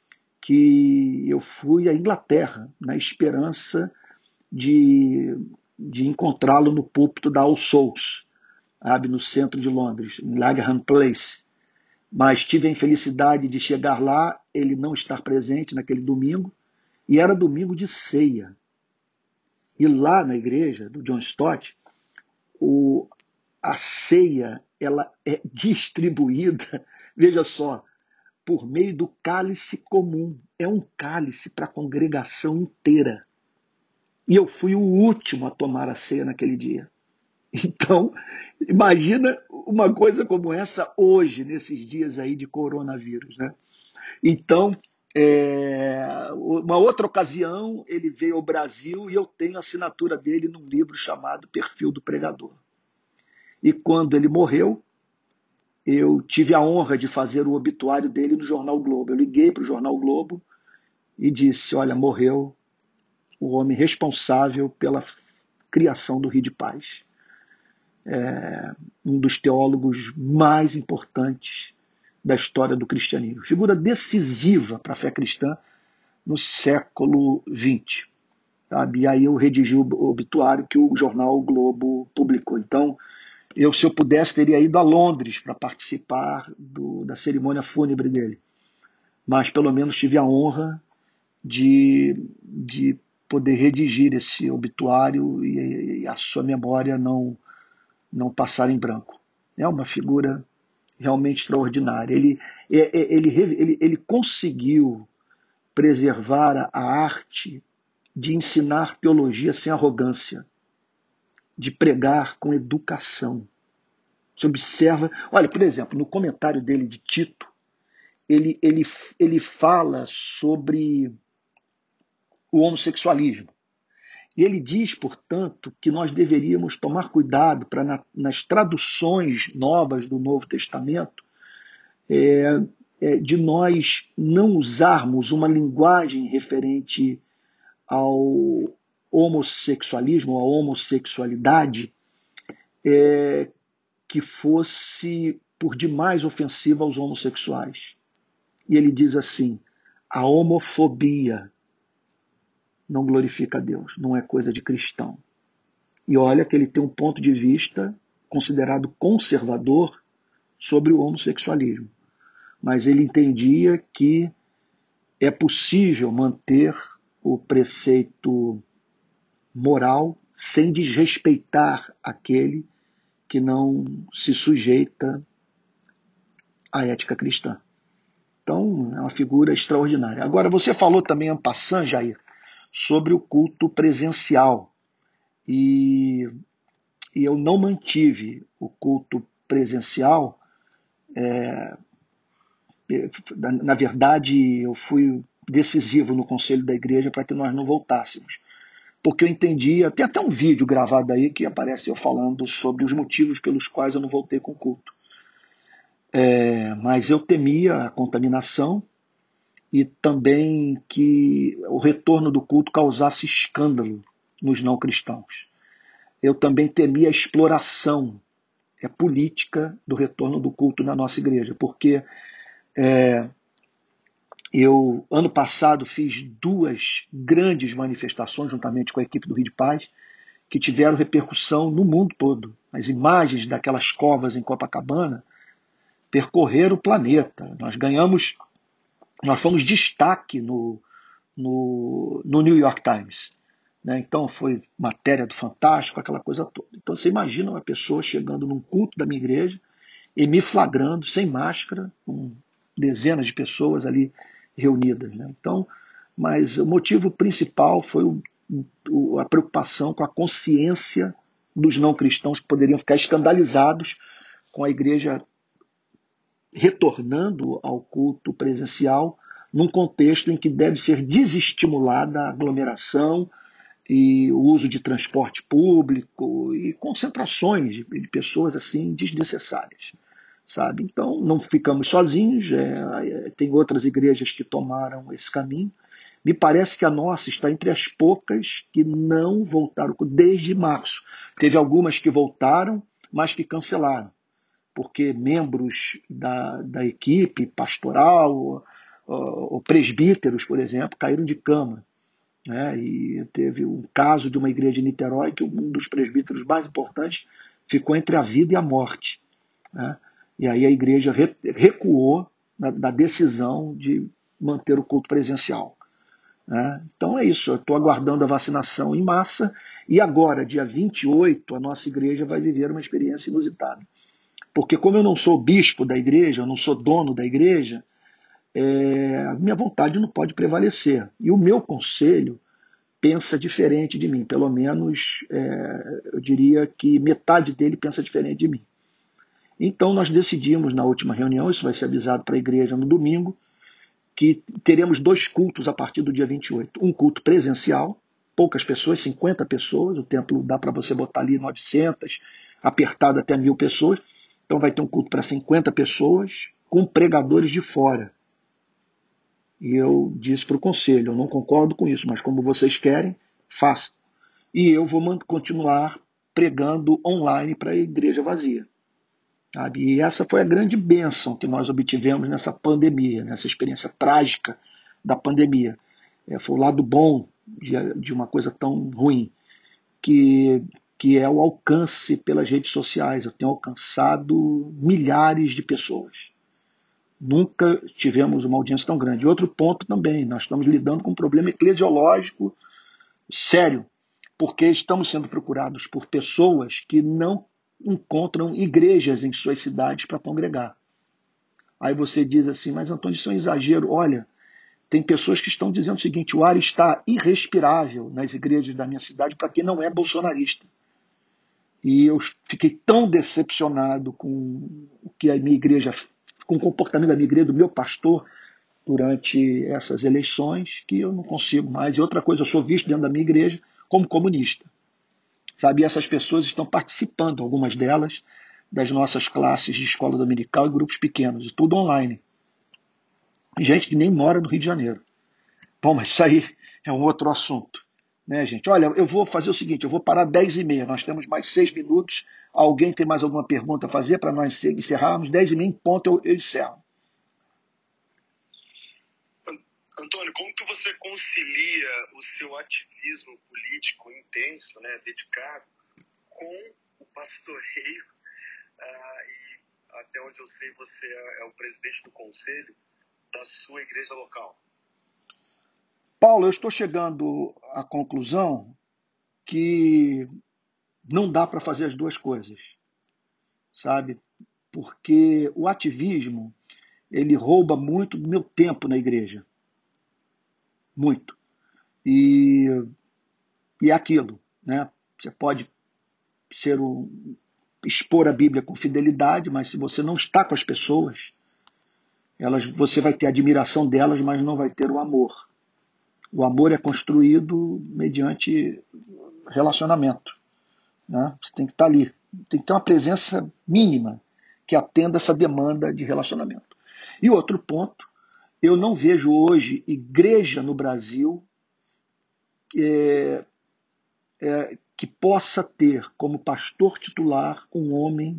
que eu fui à Inglaterra na esperança de, de encontrá-lo no púlpito da All Souls, sabe, no centro de Londres, em Langham Place. Mas tive a infelicidade de chegar lá, ele não estar presente naquele domingo, e era domingo de ceia. E lá na igreja do John Stott, o, a ceia ela é distribuída, veja só, por meio do cálice comum. É um cálice para a congregação inteira. E eu fui o último a tomar a ceia naquele dia. Então, imagina uma coisa como essa hoje, nesses dias aí de coronavírus, né? Então, é, uma outra ocasião, ele veio ao Brasil e eu tenho a assinatura dele num livro chamado Perfil do Pregador. E quando ele morreu, eu tive a honra de fazer o obituário dele no Jornal Globo. Eu liguei para o Jornal Globo e disse, olha, morreu o homem responsável pela criação do Rio de Paz. É um dos teólogos mais importantes da história do cristianismo. Figura decisiva para a fé cristã no século vinte. sabe? E aí eu redigi o obituário que o jornal o Globo publicou. Então, eu, se eu pudesse, teria ido a Londres para participar do, da cerimônia fúnebre dele. Mas pelo menos tive a honra de, de poder redigir esse obituário e, e a sua memória não, não passar em branco. É uma figura realmente extraordinária. Ele, ele, ele, ele conseguiu preservar a arte de ensinar teologia sem arrogância, de pregar com educação. Você observa, olha, por exemplo, no comentário dele de Tito, ele, ele, ele fala sobre o homossexualismo. E ele diz, portanto, que nós deveríamos tomar cuidado para, na, nas traduções novas do Novo Testamento, é, é, de nós não usarmos uma linguagem referente ao homossexualismo, à homossexualidade, é, que fosse por demais ofensiva aos homossexuais. E ele diz assim, a homofobia não glorifica a Deus, não é coisa de cristão. E olha que ele tem um ponto de vista considerado conservador sobre o homossexualismo. Mas ele entendia que é possível manter o preceito moral sem desrespeitar aquele que não se sujeita à ética cristã. Então, é uma figura extraordinária. Agora, você falou também, en passant, Jair, sobre o culto presencial. E, e eu não mantive o culto presencial. É, na, na verdade, eu fui decisivo no conselho da igreja para que nós não voltássemos. Porque eu entendia, tem até um vídeo gravado aí que aparece eu falando sobre os motivos pelos quais eu não voltei com o culto. É, mas eu temia a contaminação e também que o retorno do culto causasse escândalo nos não cristãos. Eu também temia a exploração é, política do retorno do culto na nossa igreja, porque é, eu, ano passado, fiz duas grandes manifestações juntamente com a equipe do Rio de Paz, que tiveram repercussão no mundo todo. As imagens daquelas covas em Copacabana percorreram o planeta. Nós ganhamos, nós fomos destaque no, no, no New York Times. Né? Então foi matéria do Fantástico, aquela coisa toda. Então você imagina uma pessoa chegando num culto da minha igreja e me flagrando, sem máscara, com dezenas de pessoas ali reunidas. Né? Então, mas o motivo principal foi o, o, a preocupação com a consciência dos não cristãos que poderiam ficar escandalizados com a igreja retornando ao culto presencial num contexto em que deve ser desestimulada a aglomeração e o uso de transporte público e concentrações de, de pessoas assim desnecessárias, sabe? Então não ficamos sozinhos, é, tem outras igrejas que tomaram esse caminho. Me parece que a nossa está entre as poucas que não voltaram desde março. Teve algumas que voltaram, mas que cancelaram, porque membros da, da equipe pastoral, ou, ou presbíteros, por exemplo, caíram de cama. Né? E teve um caso de uma igreja de Niterói que um dos presbíteros mais importantes ficou entre a vida e a morte. Né? E aí a igreja re, recuou na, da decisão de manter o culto presencial. Né? Então é isso, eu estou aguardando a vacinação em massa e agora, dia vinte e oito, a nossa igreja vai viver uma experiência inusitada. Porque como eu não sou bispo da igreja, eu não sou dono da igreja, é, a minha vontade não pode prevalecer. E o meu conselho pensa diferente de mim, pelo menos é, eu diria que metade dele pensa diferente de mim. Então nós decidimos na última reunião, isso vai ser avisado para a igreja no domingo, que teremos dois cultos a partir do dia vinte e oito. Um culto presencial, poucas pessoas, cinquenta pessoas, o templo dá para você botar ali novecentas, apertado até mil pessoas. Então vai ter um culto para cinquenta pessoas, com pregadores de fora. E eu disse para o conselho, eu não concordo com isso, mas como vocês querem, façam. E eu vou continuar pregando online para a igreja vazia. Sabe? E essa foi a grande bênção que nós obtivemos nessa pandemia, nessa experiência trágica da pandemia. É, foi o lado bom de, de uma coisa tão ruim, que, que é o alcance pelas redes sociais. Eu tenho alcançado milhares de pessoas. Nunca tivemos uma audiência tão grande. Outro ponto também, nós estamos lidando com um problema eclesiológico sério, porque estamos sendo procurados por pessoas que não encontram igrejas em suas cidades para congregar. Aí você diz assim, mas Antônio, isso é um exagero. Olha, tem pessoas que estão dizendo o seguinte, o ar está irrespirável nas igrejas da minha cidade para quem não é bolsonarista. E eu fiquei tão decepcionado com o que a minha igreja, com o comportamento da minha igreja, do meu pastor, durante essas eleições, que eu não consigo mais. E outra coisa, eu sou visto dentro da minha igreja como comunista. Sabe? E essas pessoas estão participando, algumas delas, das nossas classes de escola dominical e grupos pequenos, tudo online. Gente que nem mora no Rio de Janeiro. Bom, mas isso aí é um outro assunto. Né, gente? Olha, eu vou fazer o seguinte, eu vou parar dez e meia, nós temos mais seis minutos. Alguém tem mais alguma pergunta a fazer para nós encerrarmos? dez e meia em ponto eu, eu encerro. Antônio, como que você concilia o seu ativismo político intenso, né, dedicado, com o pastoreio, ah, e até onde eu sei você é, é o presidente do conselho da sua igreja local? Paulo, eu estou chegando à conclusão que não dá para fazer as duas coisas, sabe? Porque o ativismo, ele rouba muito do meu tempo na igreja. Muito. E, e é aquilo, né? Você pode ser um, expor a Bíblia com fidelidade, mas se você não está com as pessoas, elas, você vai ter admiração delas, mas não vai ter o amor. O amor é construído mediante relacionamento. Né? Você tem que estar ali. Tem que ter uma presença mínima que atenda essa demanda de relacionamento. E outro ponto, eu não vejo hoje igreja no Brasil é, é, que possa ter como pastor titular um homem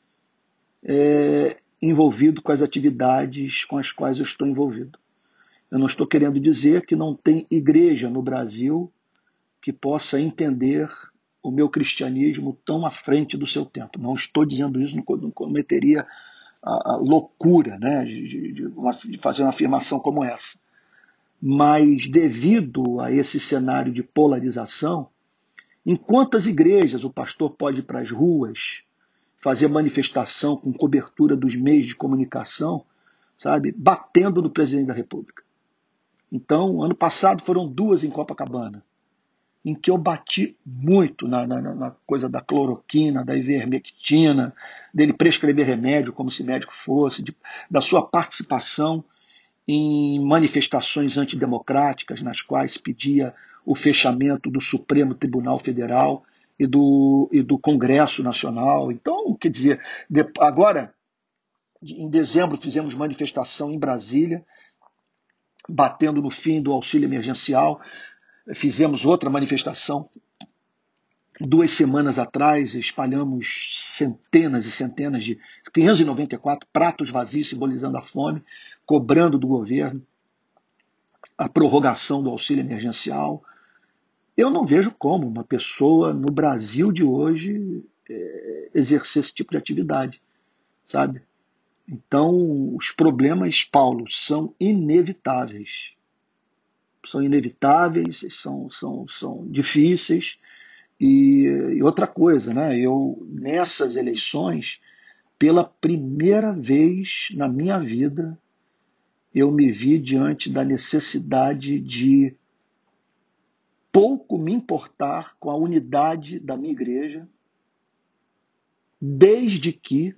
é, envolvido com as atividades com as quais eu estou envolvido. Eu não estou querendo dizer que não tem igreja no Brasil que possa entender o meu cristianismo tão à frente do seu tempo. Não estou dizendo isso, não cometeria a, a loucura, né, de, de, uma, de fazer uma afirmação como essa. Mas devido a esse cenário de polarização, em quantas igrejas o pastor pode ir para as ruas, fazer manifestação com cobertura dos meios de comunicação, sabe, batendo no presidente da República? Então, ano passado foram duas em Copacabana, em que eu bati muito na, na, na coisa da cloroquina, da ivermectina, dele prescrever remédio como se médico fosse, de, da sua participação em manifestações antidemocráticas, nas quais pedia o fechamento do Supremo Tribunal Federal e do, e do Congresso Nacional. Então, quer dizer, de, agora, em dezembro, fizemos manifestação em Brasília, batendo no fim do auxílio emergencial. Fizemos outra manifestação duas semanas atrás, espalhamos centenas e centenas de quinhentos e noventa e quatro pratos vazios simbolizando a fome, cobrando do governo a prorrogação do auxílio emergencial. Eu não vejo como uma pessoa no Brasil de hoje é, exercer esse tipo de atividade, sabe? Então, os problemas, Paulo, são inevitáveis. São inevitáveis, são, são, são difíceis. E, e outra coisa, né? Eu, nessas eleições, pela primeira vez na minha vida, eu me vi diante da necessidade de pouco me importar com a unidade da minha igreja, desde que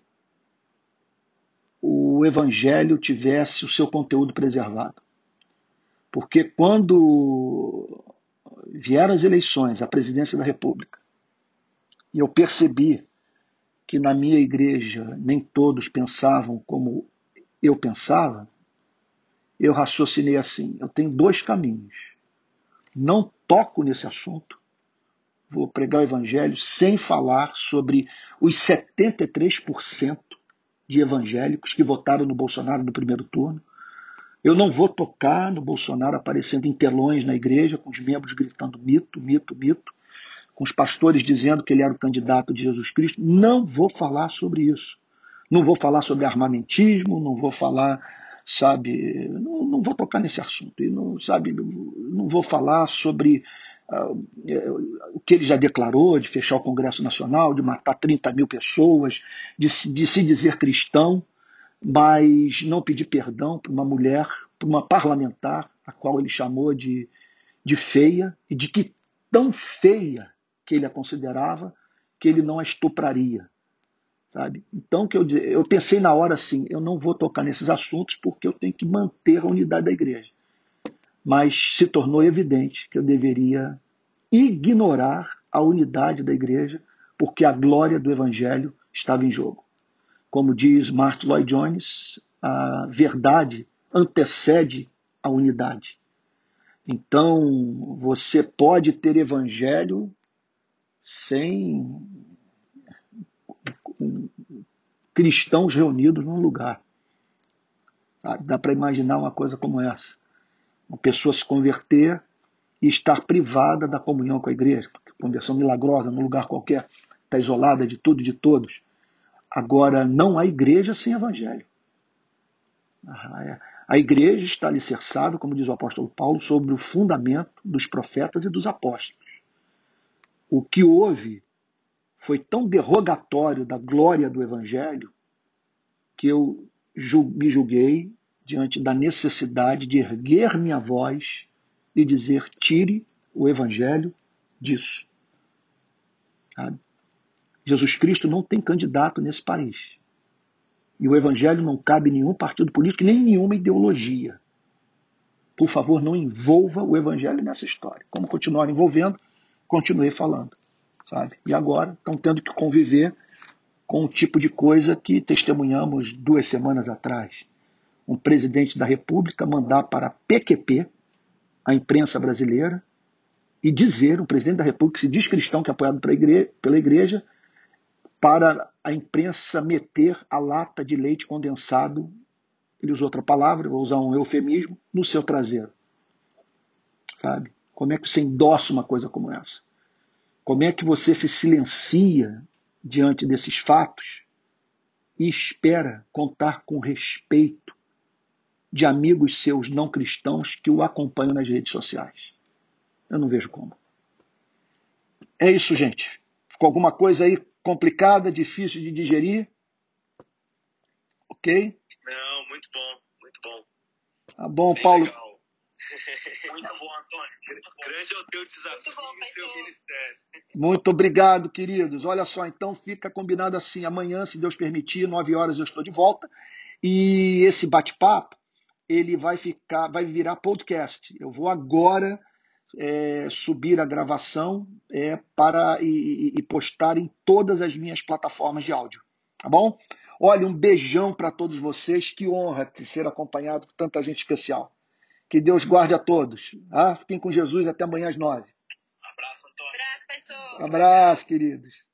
o evangelho tivesse o seu conteúdo preservado. Porque quando vieram as eleições, a presidência da República, e eu percebi que na minha igreja nem todos pensavam como eu pensava, eu raciocinei assim, eu tenho dois caminhos. Não toco nesse assunto, vou pregar o evangelho sem falar sobre os setenta e três por cento de evangélicos que votaram no Bolsonaro no primeiro turno, Eu não vou tocar no Bolsonaro aparecendo em telões na igreja, com os membros gritando mito, mito, mito, com os pastores dizendo que ele era o candidato de Jesus Cristo. Não vou falar sobre isso. Não vou falar sobre armamentismo, não vou falar, sabe, não, não vou tocar nesse assunto. E não, sabe, não vou falar sobre uh, o que ele já declarou, de fechar o Congresso Nacional, de matar trinta mil pessoas, de, de se dizer cristão, mas não pedir perdão para uma mulher, para uma parlamentar, a qual ele chamou de, de feia, e de que tão feia que ele a considerava, que ele não a estupraria. Sabe? Então, que eu, eu pensei na hora assim, eu não vou tocar nesses assuntos porque eu tenho que manter a unidade da igreja. Mas se tornou evidente que eu deveria ignorar a unidade da igreja porque a glória do evangelho estava em jogo. Como diz Martin Lloyd Jones, a verdade antecede a unidade. Então, você pode ter evangelho sem cristãos reunidos num lugar. Dá para imaginar uma coisa como essa. Uma pessoa se converter e estar privada da comunhão com a igreja. Conversão milagrosa, num lugar qualquer, está isolada de tudo e de todos. Agora, não há igreja sem evangelho. A igreja está alicerçada, como diz o apóstolo Paulo, sobre o fundamento dos profetas e dos apóstolos. O que houve foi tão derrogatório da glória do evangelho que eu me julguei diante da necessidade de erguer minha voz e dizer: tire o evangelho disso. Sabe? Jesus Cristo não tem candidato nesse país. E o evangelho não cabe em nenhum partido político, nem em nenhuma ideologia. Por favor, não envolva o evangelho nessa história. Como continuar envolvendo, continuei falando. Sabe? E agora estão tendo que conviver com o tipo de coisa que testemunhamos duas semanas atrás. Um presidente da República mandar para a P Q P, a imprensa brasileira, e dizer, um presidente da República que se diz cristão, que é apoiado pela igreja, para a imprensa meter a lata de leite condensado, ele usou outra palavra, vou usar um eufemismo, no seu traseiro. Sabe? Como é que você endossa uma coisa como essa? Como é que você se silencia diante desses fatos e espera contar com respeito de amigos seus não cristãos que o acompanham nas redes sociais? Eu não vejo como. É isso, gente. Ficou alguma coisa aí complicada, difícil de digerir? Ok? Não, muito bom, muito bom. Tá bom, Bem Paulo. Legal. Muito bom, Antônio. Muito bom. Grande é o teu desafio e o teu ministério. Muito obrigado, queridos. Olha só, então fica combinado assim. Amanhã, se Deus permitir, nove horas eu estou de volta. E esse bate-papo, ele vai ficar, vai virar podcast. Eu vou agora é, subir a gravação é, para e, e postar em todas as minhas plataformas de áudio. Tá bom? Olha, um beijão para todos vocês. Que honra de ser acompanhado por tanta gente especial. Que Deus guarde a todos. Ah, fiquem com Jesus até amanhã às nove. Abraço, Antônio. Abraço, pastor. Abraço, queridos.